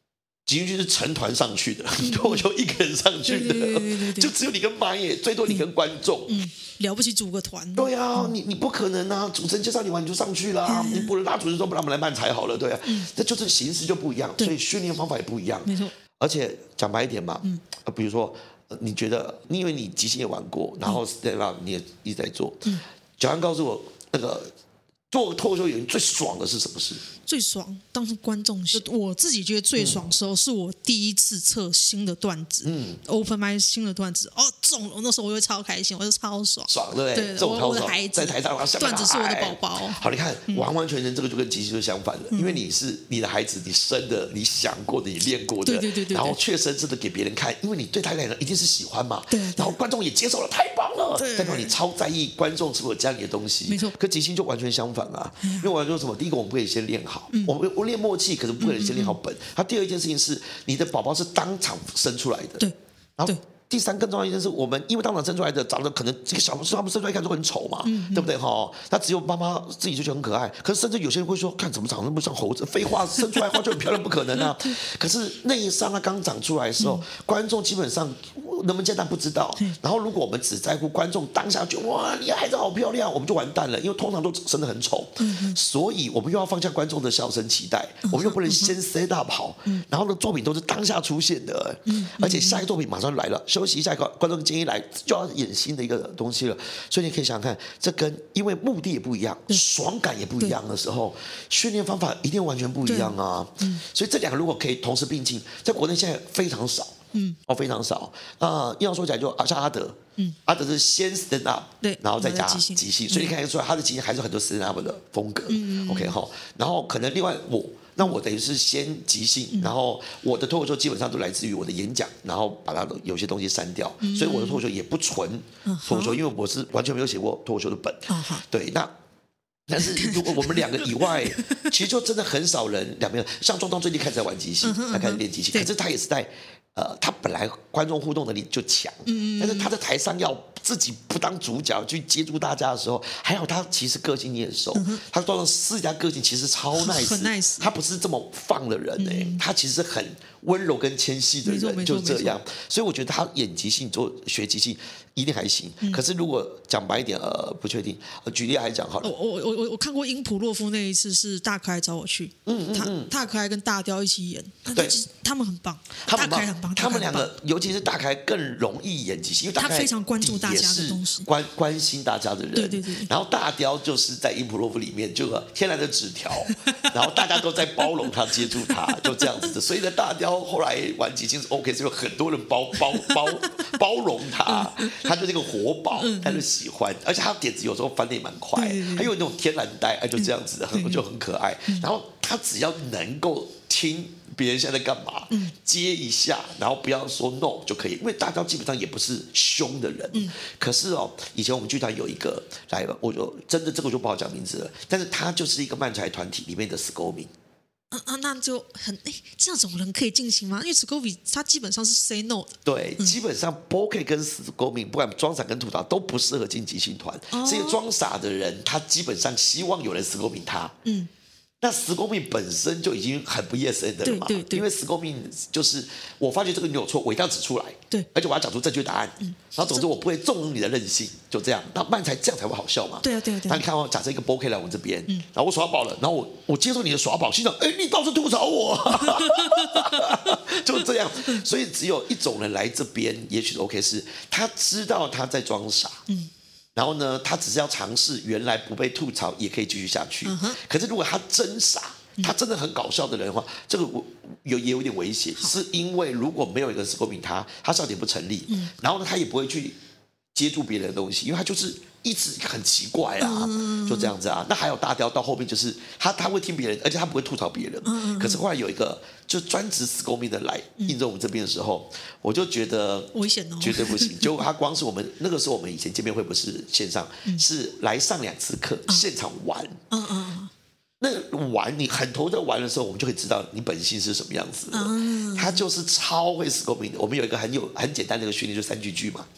B: 即兴剧是成团上去的，脱口秀一个人上去的，
A: 对对对对对
B: 就只有你跟马野，最多你跟观众。
A: 嗯，了不起组个团。
B: 对啊，你你不可能啊！主持人介绍你完你就上去了、啊，你不能拉主持人说不然我们来慢才好了，对啊，嗯、这就是形式就不一样，所以训练方法也不一样。
A: 没错。
B: 而且讲白一点嘛，嗯，比如说你觉得，你以为你即兴也玩过，然后 stand up 你也一直在做，嗯，小安告诉我，那个做脱口秀演员最爽的是什么事？
A: 最爽，当时观众，我自己觉得最爽的时候，是我第一次测新的段子，嗯 ，open mic 新的段子，哦中了，那时候我就超开心，我就超爽，
B: 爽对不对？
A: 对，
B: 这种超
A: 我的孩子
B: 在台上，然后
A: 段子是我的宝宝。
B: 好，你看，嗯、完完全全这个就跟即兴就相反了，嗯、因为你是你的孩子，你生的，你想过的，你练过的，
A: 对对对 对, 对，
B: 然后确身真的给别人看，因为你对他来讲一定是喜欢嘛，
A: 对，
B: 然后观众也接受了，太棒了，代表你超在意观众是不是有这样的东西，
A: 没错。
B: 可即兴就完全相反啊，嗯、因为我要说什么？第一个，我们可以先练好，嗯、我们我练默契，可是不可能先练好本。他、嗯、第二件事情是，你的宝宝是当场生出来的，
A: 对，
B: 然后。第三更重要一件事，我们因为当场生出来的长得可能这个小他们生出来看都很丑嘛，嗯嗯对不对哈？那只有妈妈自己就觉得很可爱，可是甚至有些人会说，看怎么长得那么像猴子？废话，生出来的话就很漂亮，不可能啊！可是那一刹那刚长出来的时候，嗯、观众基本上能不能见到不知道。然后如果我们只在乎观众当下觉得哇，你的孩子好漂亮，我们就完蛋了，因为通常都生得很丑，嗯、所以我们又要放下观众的笑声期待，嗯、我们又不能先 set up 好，嗯、然后呢作品都是当下出现的，嗯、而且下一个作品马上来了，休息一下，观众。建议来就要演新的一个东西了，所以你可以想想看，这跟因为目的也不一样，爽感也不一样的时候，训练方法一定完全不一样啊。嗯、所以这两个如果可以同时并进，在国内现在非常少，嗯，哦非常少。那硬要说起来就像阿德，嗯，阿德是先 stand up，
A: 对，
B: 然后再加即兴，所以你看得出来他的即兴还是很多 stand up 的风格。嗯 OK 哈，然后可能另外我。那我等于是先即兴，嗯、然后我的脱口秀基本上都来自于我的演讲，然后把它有些东西删掉，嗯、所以我的脱口秀也不纯脱口秀，嗯、因为我是完全没有写过脱口秀的本。嗯、对，那但是如果我们两个以外，其实就真的很少人两边像庄庄最近开始在玩即兴，他开始练即兴，可是他也是在呃，他本来观众互动能力就强，嗯、但是他在台上要自己不当主角去接触大家的时候，还好他其实个性也很熟，嗯、他装的私家个性其实超 nice，
A: 很 nice， 他
B: 不是这么放的人哎、欸，嗯、他其实很温柔跟谦虚的人，就这样，所以我觉得他演即兴做学即兴一定还行，嗯、可是如果讲白一点，呃，不确定，呃、举例来讲好了，
A: 我我我我看过因普洛夫那一次是大可爱找我去，嗯嗯嗯，大可爱跟大雕一起演，
B: 对，
A: 他们很棒，
B: 他们
A: 大可爱很棒，
B: 他们两个尤其是大可爱更容易演即兴，因为大可爱
A: 他非常关注大家的东西，
B: 关关心大家的人，
A: 对对对，
B: 然后大雕就是在因普洛夫里面就天然的纸条，然后大家都在包容他接触他，就这样子的，所以呢，大雕后来玩即兴是 OK， 是有很多人包包包包容他，他就这个活宝，他就喜欢，而且他点子有时候翻的也蛮快，还有那种天然呆，哎，就这样子的，很就很可爱。然后他只要能够听别人现在在干嘛，接一下，然后不要说 no 就可以，因为大雕基本上也不是凶的人，可是哦，以前我们剧团有一个来了，我就真的这个就不好讲名字了，但是他就是一个漫才团体里面的 Scomin。
A: 啊啊，那就很哎，这种人可以进行吗？因为 Scomin 他基本上是 say no 的。
B: 对，嗯、基本上 B O K 跟 Scomin 不管装傻跟吐槽都不适合进即兴团。哦、这些装傻的人，他基本上希望有人 Scomin 他。嗯。那 Scomin 本身就已经很不 yes and 了嘛，对对对，因为 Scomin 就是我发觉这个你有错，我一定要指出来，
A: 对，
B: 而且我要讲出正确答案，嗯，然后总之我不会纵容你的任性，就这样，那漫才这样才会好笑嘛，
A: 对啊对啊对啊。
B: 那你看哦，假设一个 B O K 来我们这边，嗯，然后我耍宝了，然后我我接受你的耍宝，心想，哎，你倒是吐槽我，就这样，所以只有一种人来这边，也许 OK 是他知道他在装傻，嗯。然后呢，他只是要尝试原来不被吐槽也可以继续下去。Uh-huh. 可是如果他真傻，他真的很搞笑的人的话，这个有也有点危险，是因为如果没有一个人 Scomin 他，他笑点不成立，嗯、然后呢，他也不会去接住别人的东西，因为他就是一直很奇怪啊，嗯、就这样子啊。那还有大雕到后面就是他他会听别人，而且他不会吐槽别人。嗯、可是后来有一个就专职 Scomin 的来应征我们这边的时候，嗯、我就觉得
A: 危险哦，
B: 绝对不行。就他光是我们那个时候我们以前见面会不是线上，嗯、是来上两次课，嗯、现场玩。嗯嗯。那玩你很投在玩的时候，我们就可以知道你本性是什么样子的。嗯、他就是超会 Scomin 的。我们有一个很有很简单的一个训练，就三句句嘛。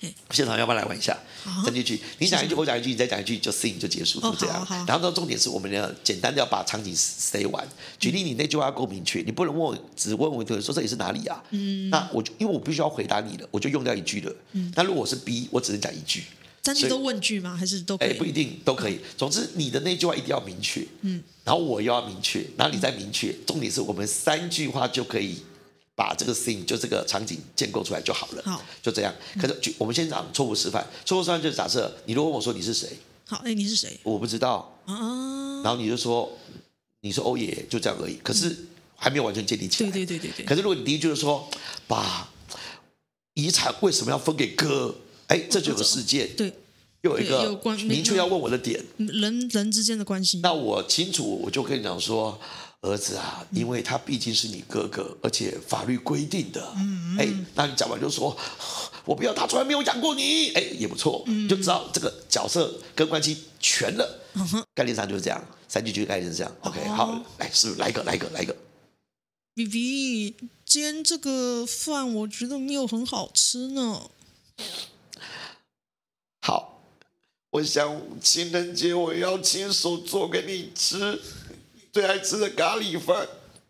B: 现场要不要来玩一下？三句句，你讲一句，我讲一句，你再讲一句，就 sing 就结束，就这样。
A: 哦、好好
B: 然后呢，重点是我们要简单的要把场景 say 完。举例，你那句话要够明确，你不能问我，只问我一个人说这里是哪里啊？嗯，那我就因为我必须要回答你了，我就用掉一句了。嗯，那如果我是 B， 我只能讲一句。
A: 三句都问句吗？还是都可以？
B: 哎，不一定都可以。总之，你的那句话一定要明确。嗯，然后我又要明确，然后你再明确。重点是我们三句话就可以把这个 scene 就这个场景建构出来就好了。
A: 好，
B: 就这样。可是我们先讲错误示范。错误示范就是假设你如果问我说你是谁，
A: 好，哎，你是谁？
B: 我不知道。啊，然后你就说你是欧爷，就这样而已。可是还没有完全建立起来。
A: 对对对对对。
B: 可是如果你第一句就说把遗产为什么要分给哥？哎，这就有个事件。
A: 对。
B: 又有一个明确要问我的点，
A: 人人之间的关系。
B: 那我清楚，我就跟你讲说，儿子啊，因为他毕竟是你哥哥，而且法律规定的。嗯，哎，那你讲完就说，我不要，他从来没有养过你，哎，也不错，嗯、就知道这个角色跟关系全了。嗯、概念上就是这样，三句句概念是这样。OK， 好，来，是不是来一个，来一个，来一个。
A: B B， 今天这个饭我觉得没有很好吃呢。
B: 好。我想情人节我要亲手做给你吃最爱吃的咖喱饭，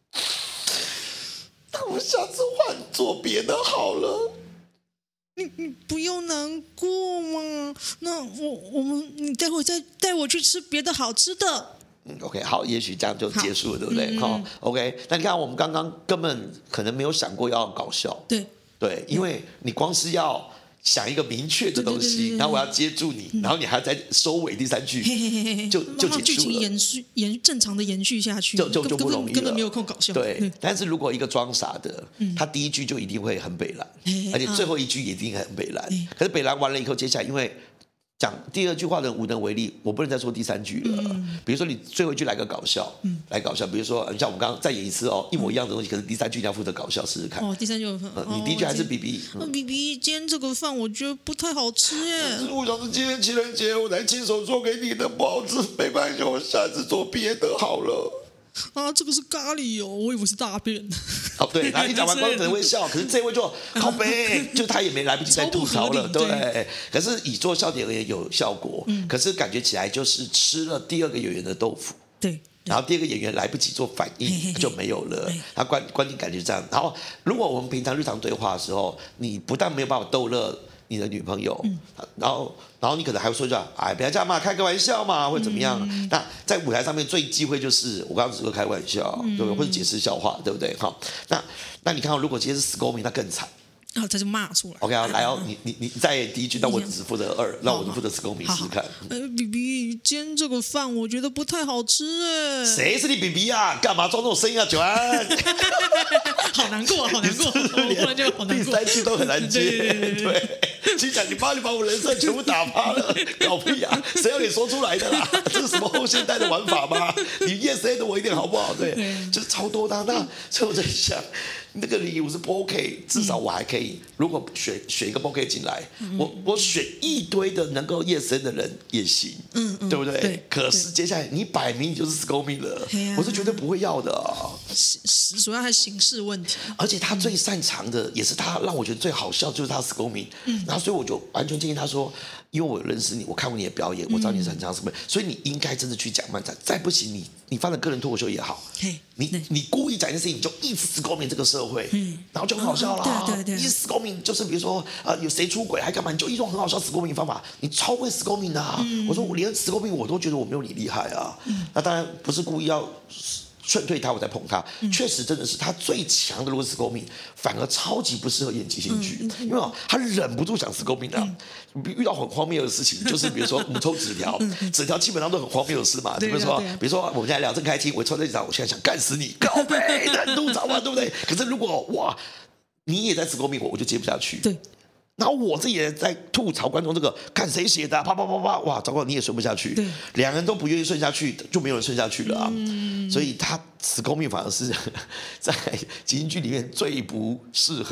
B: 那我下次换做别的好了。
A: 你你不用难过嘛，那我我们你待会再带我去吃别的好吃的。
B: 嗯 ，OK， 好，也许这样就结束了，对不对？好、嗯、，OK， 那你看我们刚刚根本可能没有想过要搞笑，
A: 对
B: 对，因为你光是要。想一个明确的东西，然后我要接住你，嗯、然后你还要再收尾第三句，嘿嘿嘿就就结束了。
A: 剧情延续延正常的延续下去，
B: 就就就不容易了，
A: 根本没有空搞笑。
B: 对，但是如果一个装傻的，嗯、他第一句就一定会很北蓝，而且最后一句也一定很北蓝。可是北蓝完了以后，接下来因为讲第二句话的人无能为力，我不能再说第三句了。嗯、比如说你最后一句来个搞笑，嗯、来搞笑，比如说像我们刚刚再演一次哦，一模一样的东西，可是第三句你要负责搞笑试试看。
A: 哦，第三句、
B: 呃、你第一句还是 B B，
A: 嗯、B B， 今天这个饭我觉得不太好吃耶。
B: 我想是今天情人节我来亲手做给你的，不好吃没关系，我下次做别的好了。
A: 啊，这个是咖喱哦，我以为是大便。
B: 哦，对，然后你讲完观众可能会笑，可是这位就靠背，就他也没来不及再吐槽了，对。对可是以做笑点而言有效果，嗯、可是感觉起来就是吃了第二个演员的豆腐。
A: 对。
B: 然后第二个演员来不及做反应，嘿嘿嘿就没有了。他观观点感觉这样。然后如果我们平常日常对话的时候，你不但没有办法逗乐你的女朋友，嗯、然后然后你可能还会说一句：“哎，不要这样嘛，开个玩笑嘛，或者怎么样。嗯”那在舞台上面最忌讳就是我刚刚只是开玩笑，嗯、对不对？或者解释笑话，对不对？好，那那你看，如果今天是死公民，那更惨。
A: 然后他就骂出来。
B: OK， 啊，来哦，你你你在第一句，但我只负责二，那我就负责死公民试试看。
A: 呃 ，B B， 今天这个饭我觉得不太好吃哎。
B: 谁是你 B B 啊？干嘛装这种声音啊，九安？
A: 好难过，好难过，我忽然就好难过。
B: 第三句都很难接，对。心想你把你把我人设全部打趴了，搞屁啊！谁要你说出来的啦？这是什么后现代的玩法吗？你 yes and 我一点好不好？对，就是超多的。那所以我在想。那个理由是不 OK， 至少我还可以。如果选选一个不 OK 进来，嗯、我我选一堆的能够夜深的人也行，嗯嗯、对不对？
A: 对
B: 可是接下来你摆明你就是 S C O M I 了，啊、我是绝对不会要的、啊。
A: 主要还刑事问题，
B: 而且他最擅长的，也是他让我觉得最好笑，就是他 S C O M I。嗯、然后所以我就完全建议他说，因为我认识你，我看过你的表演，我知道你是很强什么，所以你应该真的去讲漫展。再不行，你你发展个人脱口秀也好，你你故意讲一件事情，你就一直 S C O M I 这个社会。嗯，然后就很好笑啦。
A: 哦、对对对，
B: 一死公民就是比如说呃有谁出轨还干嘛，你就一种很好笑死公民方法，你超会死公民的、啊。嗯、我说我连死公民我都觉得我没有你厉害啊。嗯、那当然不是故意要劝退他，我在捧他。嗯、确实真的是他最强的如果死公民，反而超级不适合演即兴剧，嗯、因为他忍不住想死公民的、啊。嗯、遇到很荒谬的事情，就是比如说我们抽纸条，纸条基本上都很荒谬的事嘛。比如说，比如说我们现在聊正开心，我抽这张，我现在想干死你，告白忍住早晚，对不对？可是如果哇，你也在死公民，我我就接不下去。
A: 对。
B: 然后我自己也在吐槽观众这个，看谁写的、啊，啪啪啪啪，哇，糟糕，你也顺不下去。对。两人都不愿意顺下去，就没有人顺下去了啊。嗯、所以他死公民反而是在即兴剧里面最不适合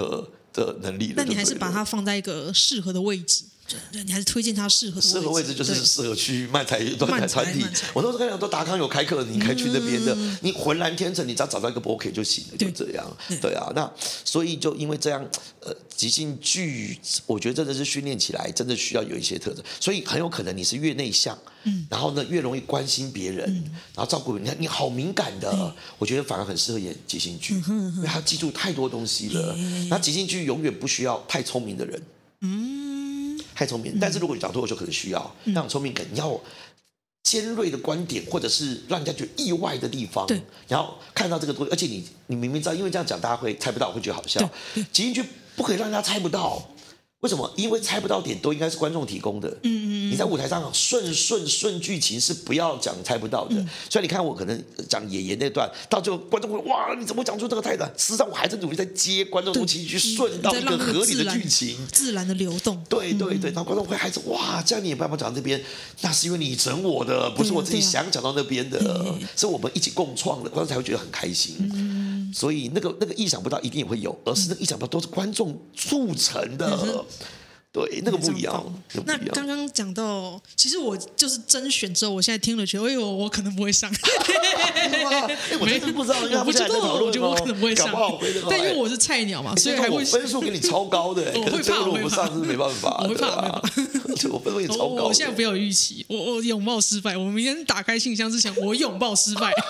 B: 的能力了。
A: 但你还是把它放在一个适合的位置。对，你还是推荐他适合的位置。
B: 适合位置就是适合去漫才端台团体。我都是跟你讲，都达康有开课，你可以去那边的。嗯、你浑然天成，你只要找到一个 OK 就行了，就这样。对, 对啊，那所以就因为这样，呃，即兴剧，我觉得真的是训练起来，真的需要有一些特质。所以很有可能你是越内向，嗯、然后呢越容易关心别人，嗯、然后照顾人。你看你好敏感的，嗯、我觉得反而很适合演即兴剧，嗯、因为他记住太多东西了。嗯、那即兴剧永远不需要太聪明的人。嗯。太聪明，但是如果你讲脱口秀可能需要那种聪明感，你要尖锐的观点，或者是让人家觉得意外的地方，对，然后看到这个东西，而且你你明明知道，因为这样讲大家会猜不到，会觉得好笑。即兴剧不可以让人家猜不到，为什么？因为猜不到点都应该是观众提供的。嗯嗯嗯。你在舞台上顺顺顺剧情是不要讲猜不到的。嗯、所以你看我可能讲爷爷那段，到最后观众会哇，你怎么讲出这个太难？事实上我还是努力在接观众的情绪，去顺到一个合理的剧情，
A: 自然的流动。
B: 对对对，然后观众会还是哇，这样你也办法讲到这边，那是因为你整我的，不是我自己想讲到那边的，是我们一起共创的，观众才会觉得很开心。嗯、所以那个那个意想不到一定也会有，而是那个意想不到都是观众促成的。嗯对，那个不一样。
A: 那刚刚讲到，其实我就是甄选之后，我现在听了觉得，哎呦，我可能不会上。
B: 我真的不知道，因为
A: 我觉得我觉得我可能不会上，但因为我是菜鸟嘛，所以还会
B: 分数给你超高的。
A: 我会怕，我
B: 不上是没办法。
A: 我会怕，我会怕。
B: 我分数也超高。
A: 我现在不要有预期，我我拥抱失败。我明天打开信箱之前，我拥抱失败。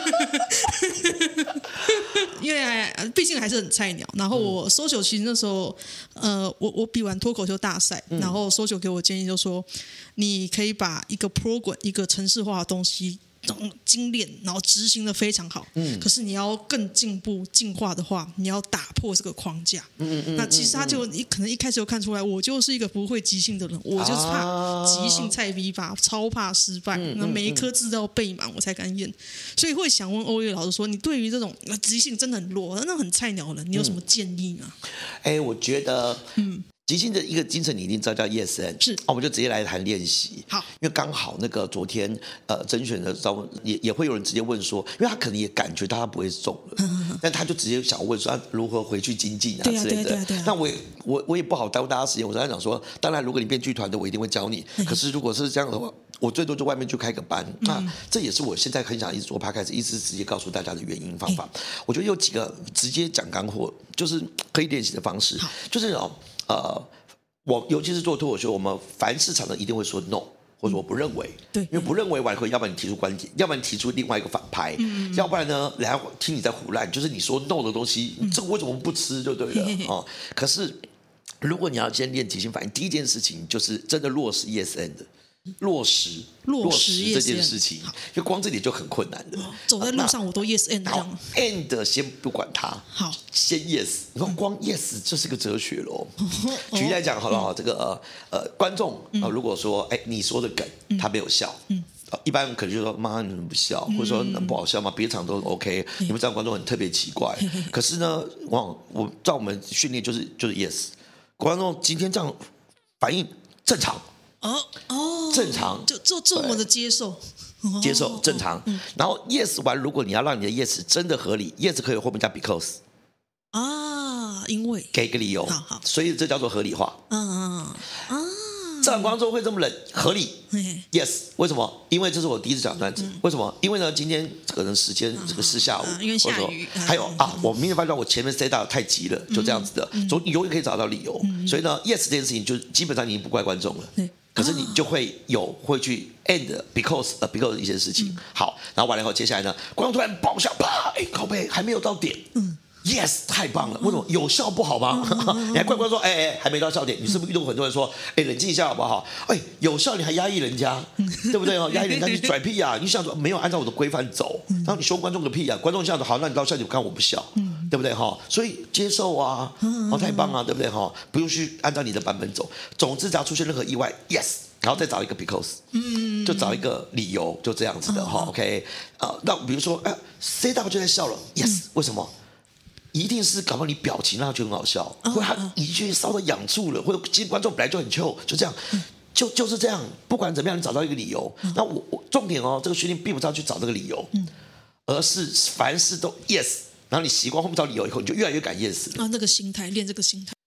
A: 因为毕竟还是很菜鸟，然后我social其实那时候，呃，我我比完脱口秀大赛，然后social给我建议就说，你可以把一个 program 一个程式化的东西精炼，然后执行的非常好。嗯，可是你要更进步进化的话，你要打破这个框架。嗯嗯，那其实他就你可能一开始就看出来，我就是一个不会即兴的人，我就是怕即兴菜逼吧，超怕失败，那每一颗字都要背满我才敢演。所以会想问欧岳老师说，你对于这种即兴真的很弱，那很菜鸟的人，你有什么建议吗？
B: 哎、欸，我觉得，嗯。即兴的一个精神，你一定知道叫 E S N， 是啊，我们就直接来谈练习。好，因为刚好那个昨天呃甄选的时候，也也会有人直接问说，因为他可能也感觉到他不会中了，嗯、但他就直接想问说他如何回去精进啊之类的。那我也我我也不好耽误大家时间，我刚才讲说，当然如果你变剧团的，我一定会教你。嗯、可是如果是这样的话，我最多就外面去开个班。嗯、那这也是我现在很想一直做 podcast， 一直直接告诉大家的原因方法。嗯、我觉得有几个直接讲干货，就是可以练习的方式，就是哦。呃，我尤其是做脱口秀，我们凡事常常一定会说 no， 或者我不认为，对，因为不认为完后，要不然你提出观点，要不然你提出另外一个反拍，嗯、要不然呢，人家听你在胡乱，就是你说 no 的东西，嗯、这个为什么不吃就对了啊、哦？可是如果你要先练即兴反应，第一件事情就是真的落实 yes and。落实
A: 落实
B: 这件事情，因为光这点就很困难的。
A: 走在路上我都 yes and 这样。
B: and 先不管它，好，先 yes。你看光 yes 这是个哲学喽。举例来讲好了哈，这个呃观众啊，如果说哎你说的梗他没有笑，嗯，一般可能就说妈你怎么不笑，或者说能不好笑吗？别场都 OK， 你们这样观众很特别奇怪。可是呢，往我照我们训练就是就是 yes， 观众今天这样反应正常。哦哦，正常，
A: 就就这么的接受，
B: 接受正常。嗯、然后 yes 完，如果你要让你的 yes 真的合理 ，yes 可以后面加 because
A: 啊，因为
B: 给个理由，好好，所以这叫做合理化。嗯嗯啊，这样观众会这么冷，合理 yes， 为什么？因为这是我第一次讲段子，嗯、为什么？因为呢，今天可能时间这个是下午，
A: 因为下雨，
B: 还有啊，我明显发现我前面 set up 太急了，就这样子的，总你永远可以找到理由。所以呢 ，yes 这件事情就基本上你已经不怪观众了。可是你就会有会去 end because 呃 because 一些事情，嗯、好，然后完了以后，接下来呢，观众突然爆笑，啪，哎，靠背还没有到点，嗯 ，yes， 太棒了，为什么有笑不好吗？嗯、你还怪观众说，哎哎，还没到笑点，你是不是遇到很多人说，哎，冷静一下好不好？哎，有笑你还压抑人家，嗯、对不对哦？压抑人家你拽屁啊！你想说没有按照我的规范走，然后你凶观众个屁啊！观众这样子好，那你到笑点看我不笑。嗯对不对哈？所以接受啊，哦太棒啊，对不对哈？不用去按照你的版本走。总之，只要出现任何意外 ，yes， 然后再找一个 because， 嗯，就找一个理由，就这样子的哈。OK， 啊，那比如说，哎 ，set up 就在笑了 ，yes， 为什么？一定是搞不好你表情让他觉得很好笑，或者他一句稍微养住了，或者其实观众本来就很糗，就这样。就就是这样，不管怎么样，你找到一个理由。那我我重点哦，这个训练并不是要去找这个理由，而是凡事都 yes。然后你习惯后面找理由以后，你就越来越敢 yes
A: 啊，那个心态，练这个心态。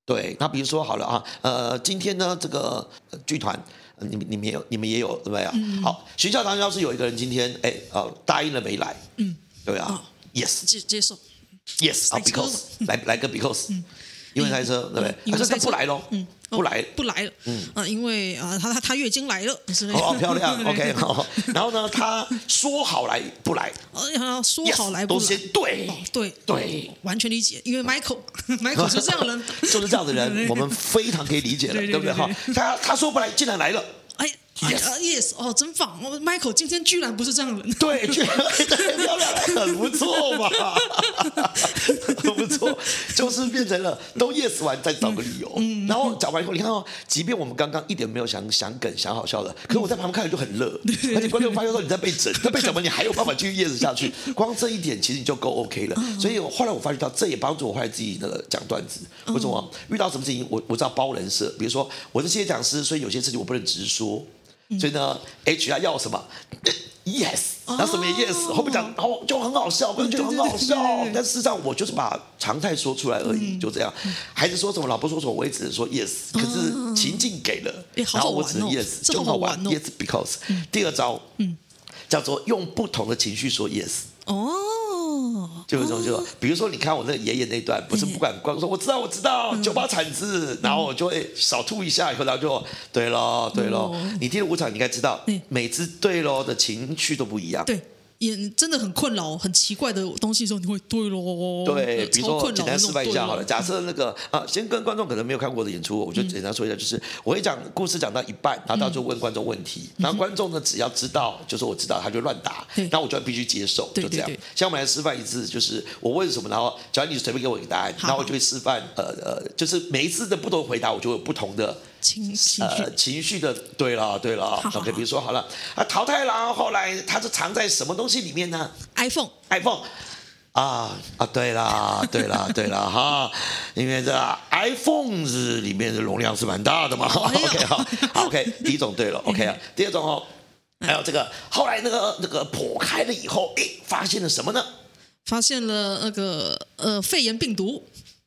B: 对，那比如说好了啊，呃，今天呢这个呃剧团。你们你们也有你们也有对不对啊？嗯、好，学校当中要是有一个人今天哎呃答应了没来，嗯，对啊、哦、，yes
A: 接接受
B: ，yes 啊 ，because 来来个 because，、嗯、因为塞车对不对？他说他不来咯，嗯，不来、哦、
A: 不来了，嗯啊，因为啊他他他月经来了，
B: 哦漂亮 ，OK 好，然后呢他说好来不来，
A: 哦说好来不来，
B: 都先对、
A: 哦、对
B: 对，
A: 完全理解，因为 Michael Michael 就是这样的人，
B: 就是这样的人，我们非常可以理解了，对不对哈？他他说不来，竟然来了。
A: 哎 ，yes，, yes 哦，真棒！哦 ，Michael 今天居然不是这样的人，
B: 对，居然对漂亮，很不错嘛，很不错，就是变成了都 yes 完再找个理由，嗯、然后讲完以后，你看哦，即便我们刚刚一点没有想想梗、想好笑的，可是我在旁边看着就很乐，而且观众发现说你在被整，在被整完你还有办法继续 yes 下去，光这一点其实你就够 OK 了。所以后来我发觉到，这也帮助我后来自己那个讲段子。为什么？遇到什么事情，我我知道包人设，比如说我是企业讲师，所以有些事情我不能直说。所以呢 ，H R 要什么 ？Yes， 然后什么也 yes， 后面讲哦就很好笑，我觉得很好笑。但事实上我就是把常态说出来而已，就这样。孩子说什么，老婆说什么，我也只能说 yes。可是情境给了，然后我只能 yes， 就好玩 yes because。第二招，叫做用不同的情绪说 yes。哦。就有一种就，比如说你看我那个爷爷那段，不是不管观众说我知道我知道九把铲子，然后我就会少吐一下，以后然后就对咯对咯。你听了五场，你应该知道，每次对咯的情绪都不一样。
A: 对。也真的很困扰、很奇怪的东西的时候，你会对咯。
B: 对，比如说简单示范一下好了。假设那个啊，先跟观众可能没有看过我的演出，我就简单说一下，就是我会讲故事讲到一半，然后到最后问观众问题，然后观众呢只要知道，就说我知道，他就乱答，然后我就必须接受，就这样。像我们来示范一次，就是我问什么，然后只要你随便给我一个答案，然后我就会示范，呃呃，就是每一次的不同回答，我就有不同的。
A: 情绪
B: 呃情绪的对了对了 ，OK， 比如说好了啊，桃太郎后来他是藏在什么东西里面呢
A: ？iPhone
B: iPhone 啊啊，对啦对啦对啦哈，因为这 iPhone 是里面的容量是蛮大的嘛 ，OK 好 ，OK 第一种对了 ，OK 啊，第二种哦，还有这个后来那个那个破开了以后，哎，发现了什么呢？
A: 发现了那个呃肺炎病毒。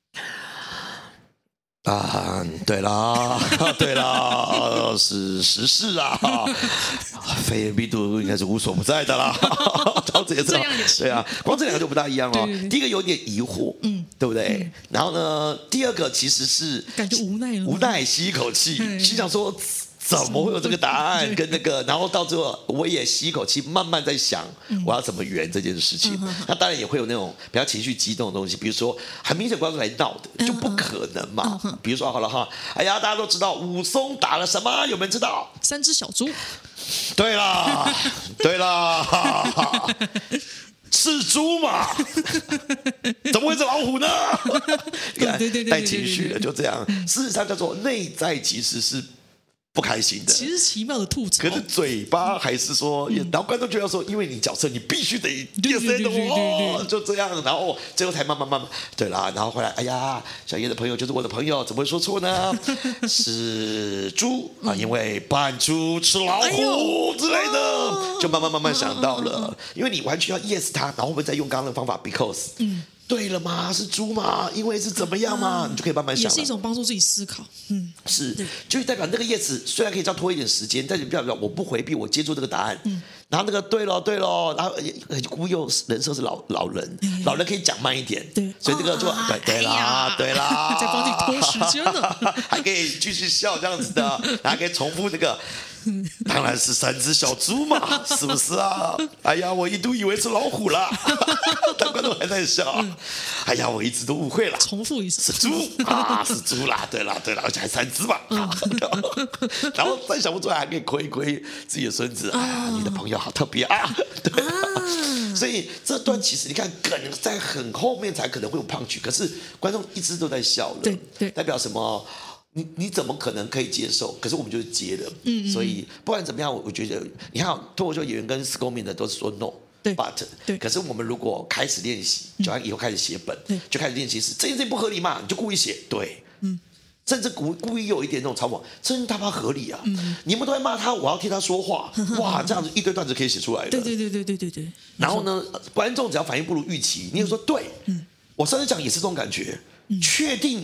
B: 啊，对啦，对啦，是时事啊，肺炎病毒应该是无所不在的啦，这也
A: 这样也是，
B: 对啊，光这两个就不大一样哦。第一个有点疑惑，嗯，对不对？嗯、然后呢，第二个其实是
A: 感觉无奈了，
B: 无奈吸一口气，心想说。怎么会有这个答案跟那个？然后到最后我也吸一口气，慢慢在想我要怎么圆这件事情。嗯、那当然也会有那种比较情绪激动的东西，比如说很明显观众来闹的，就不可能嘛。嗯、比如说好了哈，哎呀，大家都知道武松打了什么？有没有知道？
A: 三只小猪。
B: 对啦，对啦。是猪嘛？怎么会是老虎呢？你看带情绪的就这样。事实上叫做内在其实是。不开心的，
A: 其实奇妙的吐槽，
B: 可是嘴巴还是说，嗯、然后观众觉得说，因为你角色，你必须得 yes 哦，就这样，然后最后才慢慢慢慢对啦，然后后来，哎呀，小叶的朋友就是我的朋友，怎么会说错呢？是猪啊，因为扮猪吃老虎之类的，哎、就慢慢慢慢想到了，因为你完全要 yes 他，然后我们再用刚刚的方法 because，嗯。对了吗？是猪吗？因为是怎么样嘛？你就可以慢慢想了。
A: 也是一种帮助自己思考。嗯，
B: 是，就代表那个叶子虽然可以这样拖一点时间，但是代表我不回避，我接住这个答案。嗯，然后那个对咯对咯，然后忽悠人设是老老人，嗯、老人可以讲慢一点。对，所以这个就、哦、对对啦、哎、对啦，
A: 在帮自己拖时间呢，
B: 还可以继续笑这样子的，还可以重复那个。当然是三只小猪嘛，是不是啊？哎呀，我一度以为是老虎啦，但观众还在笑。嗯、哎呀，我一直都误会了。
A: 重复一次，
B: 是猪啊，是猪啦，对啦，对啦，而且还三只嘛。嗯、然后再想不出来，还可以亏一亏自己的孙子。哎呀，你的朋友好特别啊，对啊。啊所以这段其实你看，梗在很后面才可能会有punch，可是观众一直都在笑了，
A: 对对，
B: 代表什么？你你怎么可能可以接受？可是我们就是接了，嗯嗯所以不管怎么样，我我觉得你看脱口秀演员跟 s c o m i n 的都是说 no，
A: 对
B: ，but 对。可是我们如果开始练习，就像以后开始写本，嗯、就开始练习是这件事情不合理嘛，你就故意写，对，嗯，甚至故故意有一点那种嘲讽，真他妈合理啊！嗯、你们都在骂他，我要替他说话，哇，这样子一堆段子可以写出来的，
A: 对对对对对对对。
B: 然后呢，观众只要反应不如预期，你就说对，嗯，我上次讲也是这种感觉，嗯、确定。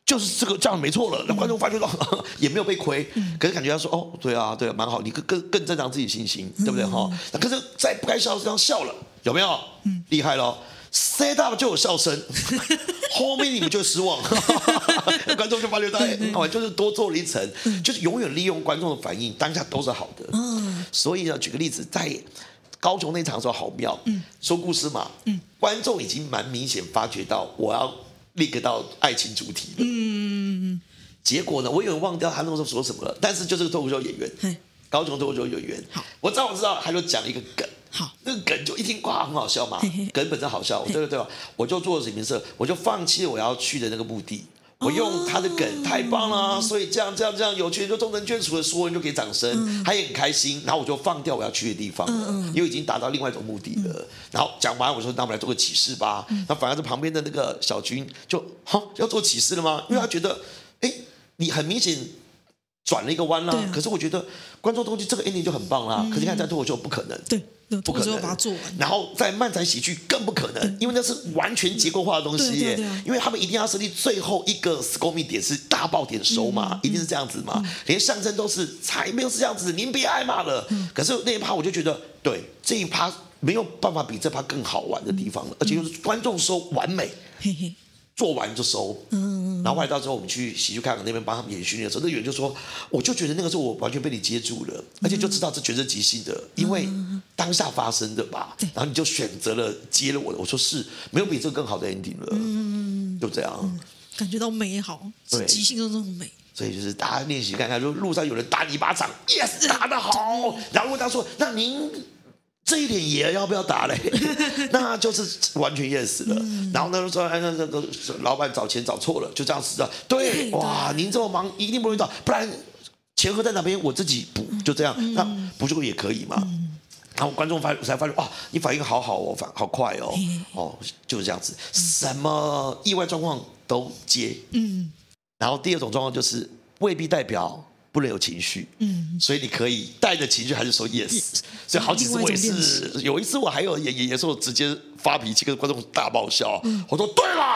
B: 就是这个这样没错了，那观众发觉到也没有被亏，可是感觉到说哦，对啊，对啊，蛮好，你更更更增强自己信心，对不对哈？那可是，在不该笑的地方笑了，有没有？厉害咯 set up 就有笑声，后面你们就失望，观众就发觉到，哎，好，就是多做了一层，就是永远利用观众的反应，当下都是好的。所以呢，举个例子，在高雄那场的时候好妙，说故事嘛，观众已经蛮明显发觉到我要。link 到爱情主题了，嗯，结果呢，我有点忘掉他那时候说什么了，但是就是个脱口秀演员，高雄脱口秀演员，我知道我知道，他就讲了一个梗，好，那个梗就一听哇很好笑嘛，梗本身好笑，对对对，我就做了水平社，我就放弃了我要去的那个目的。我用他的梗太棒了，所以这样这样这样有趣人就终成眷属了，所有人就给掌声，他也很开心。然后我就放掉我要去的地方了，因为已经达到另外一种目的了。然后讲完我说，那我们来做个启示吧。那反而是旁边的那个小军就哈要做启示了吗？因为他觉得，哎，你很明显转了一个弯啦。可是我觉得观众东西这个 ending 就很棒啦。可是你看在脱口秀不可能。对。不可能把它做完，然后在漫才喜剧更不可能，因为那是完全结构化的东西耶。因为他们一定要设立最后一个 scoring 点是大爆点收嘛，一定是这样子嘛。连相声都是才没有是这样子，您别挨骂了。可是那一趴我就觉得，对这一趴没有办法比这趴更好玩的地方了，而且就是观众收完美。做完就收，嗯，然后后来到时候我们去喜剧开场那边帮他们演训练的时候，那演员就说，我就觉得那个时候我完全被你接住了，而且就知道这绝对即兴的，因为当下发生的吧，然后你就选择了接了我的，我说是没有比这个更好的 ending 了，嗯，就这样，嗯、
A: 感觉到美好，是即兴的那种美。
B: 所以就是大家练习看看，就路上有人打你一巴掌 ，yes 打得好，然后问他说，那您。这一点也要不要打嘞？那就是完全 yes 了。嗯、然后呢说，哎，那那个老板找钱找错了，就这样子的。对，哇，您这么忙，一定不容易找，不然钱盒在哪边，我自己补，就这样。嗯、那补就也可以嘛。嗯、然后观众发才发现，哇，你反应好好哦，反好快哦，哦，就是这样子，什么意外状况都接。嗯。然后第二种状况就是未必代表。不能有情绪，嗯，所以你可以带着情绪还是说 yes， 所以好几次我也是，有一次我还有演演的时候直接发脾气跟观众大爆笑，嗯、我说对了，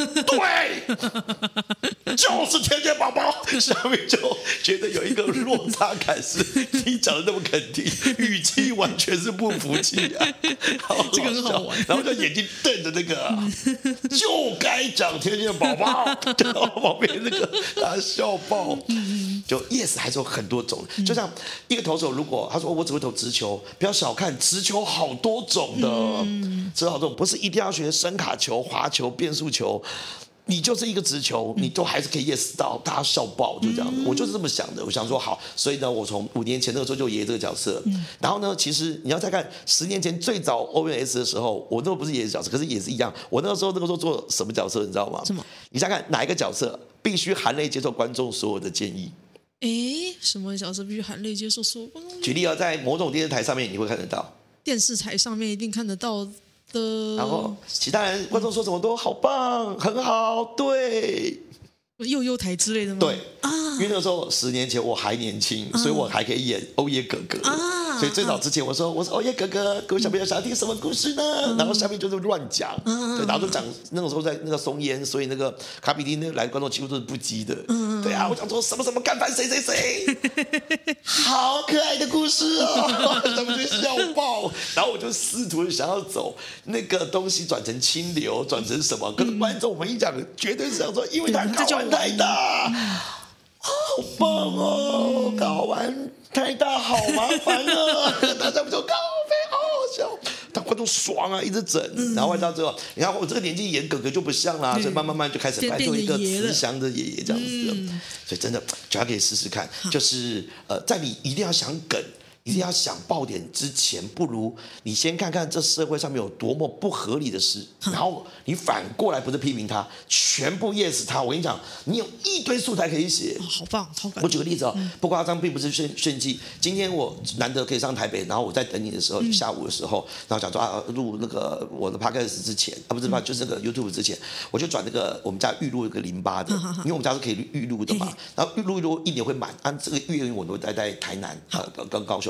B: 对，就是天天宝宝，下面就觉得有一个落差感，是你讲的那么肯定，语气完全是不服气啊，好
A: 这个很好玩，
B: 然后就眼睛瞪着那个、啊，就该讲天天宝宝，然后旁边那个大家笑爆，就 yes 还是有很多种，就像一个投手，如果他说我只会投直球，不要小看直球好多种的，嗯、直球好多种，不是一定要学伸卡球、滑球、变速球。你就是一个直球，你都还是可以 yes 到，大家笑爆，就这样、嗯、我就是这么想的。我想说好，所以呢，我从五年前那个时候就爷爷这个角色。嗯、然后呢，其实你要再看十年前最早 O N S 的时候，我那个不是爷爷角色，可是也是一样。我那个时候那个时候做什么角色，你知道吗？
A: 什么？
B: 你想看哪一个角色必须含泪接受观众所有的建议？
A: 诶，什么角色必须含泪接受所有观众？
B: 举例啊，在某种电视台上面你会看得到，
A: 电视台上面一定看得到。
B: 然后其他人观众说什么都好棒很好，对，
A: 幼幼台之类的吗？
B: 对啊，因为那时候十年前我还年轻，啊、所以我还可以演欧耶哥哥啊。所以最早之前我说我是欧耶哥哥，各位小朋友想要听什么故事呢？嗯、然后下面就是乱讲，嗯、对，然后就讲那个时候在那个松烟，所以那个卡比汀那个来的观众几乎都是不羁的，嗯、对啊，我讲说什么什么干翻谁谁谁，好可爱的故事哦，他们就笑爆，然后我就试图想要走那个东西转成清流，转成什么？可是观众我们一讲绝对是想说，因为他搞完太大。好棒哦！搞完太大好麻烦啊！大家不就高飞好好笑，但观众爽啊，一直整。嗯、然后到最后，你看我这个年纪演哥哥就不像啦，所以慢慢慢就开始扮做一个慈祥的爷爷这样子。嗯、所以真的，大家可以试试看，就是呃，在你一定要想梗。一定要想爆点之前，不如你先看看这社会上面有多么不合理的事，然后你反过来不是批评他，全部 yes 他。我跟你讲，你有一堆素材可以写，
A: 哦、好棒，好感。
B: 我举个例子哦，嗯、不夸张，并不是炫炫技。今天我难得可以上台北，然后我在等你的时候，嗯、下午的时候，然后讲说啊，录那个我的 podcast 之前啊，不是吧，嗯、就是那个 YouTube 之前，我就转那个我们家预录一个零八的，嗯、因为我们家是可以预录的嘛，嘿嘿然后预录一录一年会满，按这个预录我都待在台南啊跟高雄。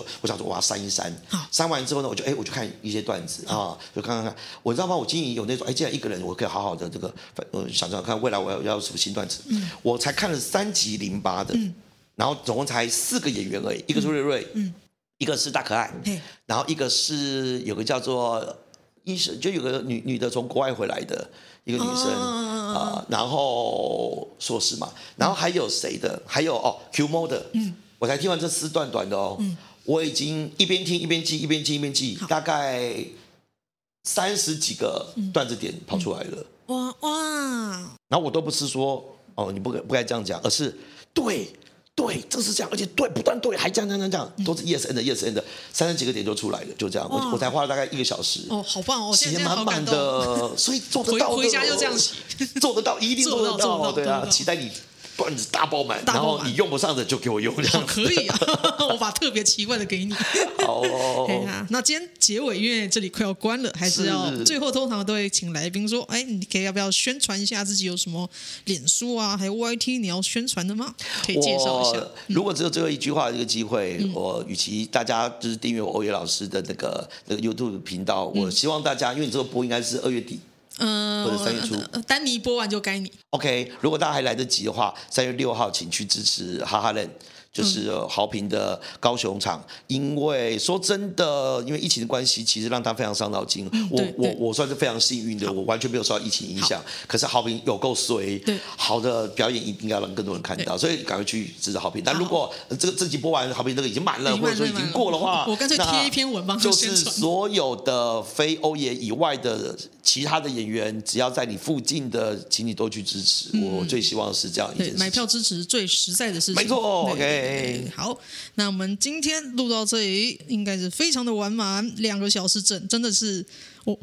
B: 就我想说我要删一删，删完之后呢，我就哎我就看一些段子啊，就看看看，我知道吗？我经营有那种哎，既然一个人我可以好好的这个，呃，想想看未来我要要什么新段子，嗯、我才看了三集零八的，嗯、然后总共才四个演员而已，一个是瑞瑞，嗯、一个是大可爱，然后一个是有个叫做医生，就有个女女的从国外回来的。一个女生啊、呃，然后硕士嘛，然后还有谁的？还有哦 ，Q Mo 的，嗯，我才听完这四段短的哦，嗯，我已经一边听一边记，一边记一边记，大概三十几个段子点跑出来了，嗯、哇哇！然后我都不是说哦，你不该不该这样讲，而是对。对，正是这样，而且对，不断对，还这样这样这样，都是 yes and yes and， 三十几个点就出来了，就这样，我我才花了大概一个小时。
A: 哦，好棒哦，
B: 写满满的，所以做得到的，
A: 回家就这样写，
B: 做得到，一定做得到，
A: 到
B: 对啊，期待你段子大爆满，然后你用不上的就给我用，这样
A: 可以啊，我把特别奇怪的给你。
B: 好哦，
A: 啊，那今天结尾，因为这里快要关了，还是要最后通常都会请来宾说，哎，你可以要不要宣传一下自己有什么脸书啊，还有 Y T 你要宣传的吗？可以介绍一下。
B: 嗯、如果只有最后一句话的一个机会，嗯、我与其大家就是订阅我欧爷老师的那个那个 YouTube 频道，嗯、我希望大家，因为你这个播应该是二月底。嗯，或者三月初，
A: 丹尼播完就该你。
B: OK， 如果大家还来得及的话，三月六号请去支持哈哈人，就是豪平的高雄场。因为说真的，因为疫情的关系，其实让他非常伤脑筋。嗯、我我我算是非常幸运的，我完全没有受到疫情影响。可是豪平有够衰，好的表演一定要让更多人看到，所以赶快去支持豪平。但如果这个这集播完，豪平这个已经满了，或者说已经过的话，
A: 我干脆贴一篇文帮他宣传。
B: 就是所有的非欧爷以外的其他的演员，只要在你附近的，请你都去支持。嗯、我最希望是这样一件事情。
A: 买票支持最实在的事情。
B: 没错 ，OK。
A: 好，那我们今天录到这里，应该是非常的完满，两个小时整，真的是我。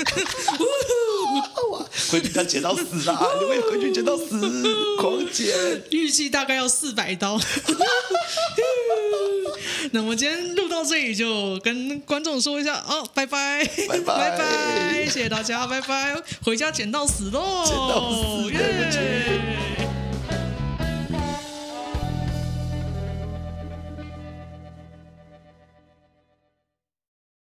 B: 回去他剪到死啊！你会回去剪到死，狂剪。
A: 预计大概要四百刀。那我们今天录到这里，就跟观众说一下哦，拜拜，
B: 拜拜，
A: 拜拜，谢谢大家，拜拜，回家剪到死喽，
B: 剪到死，对不起。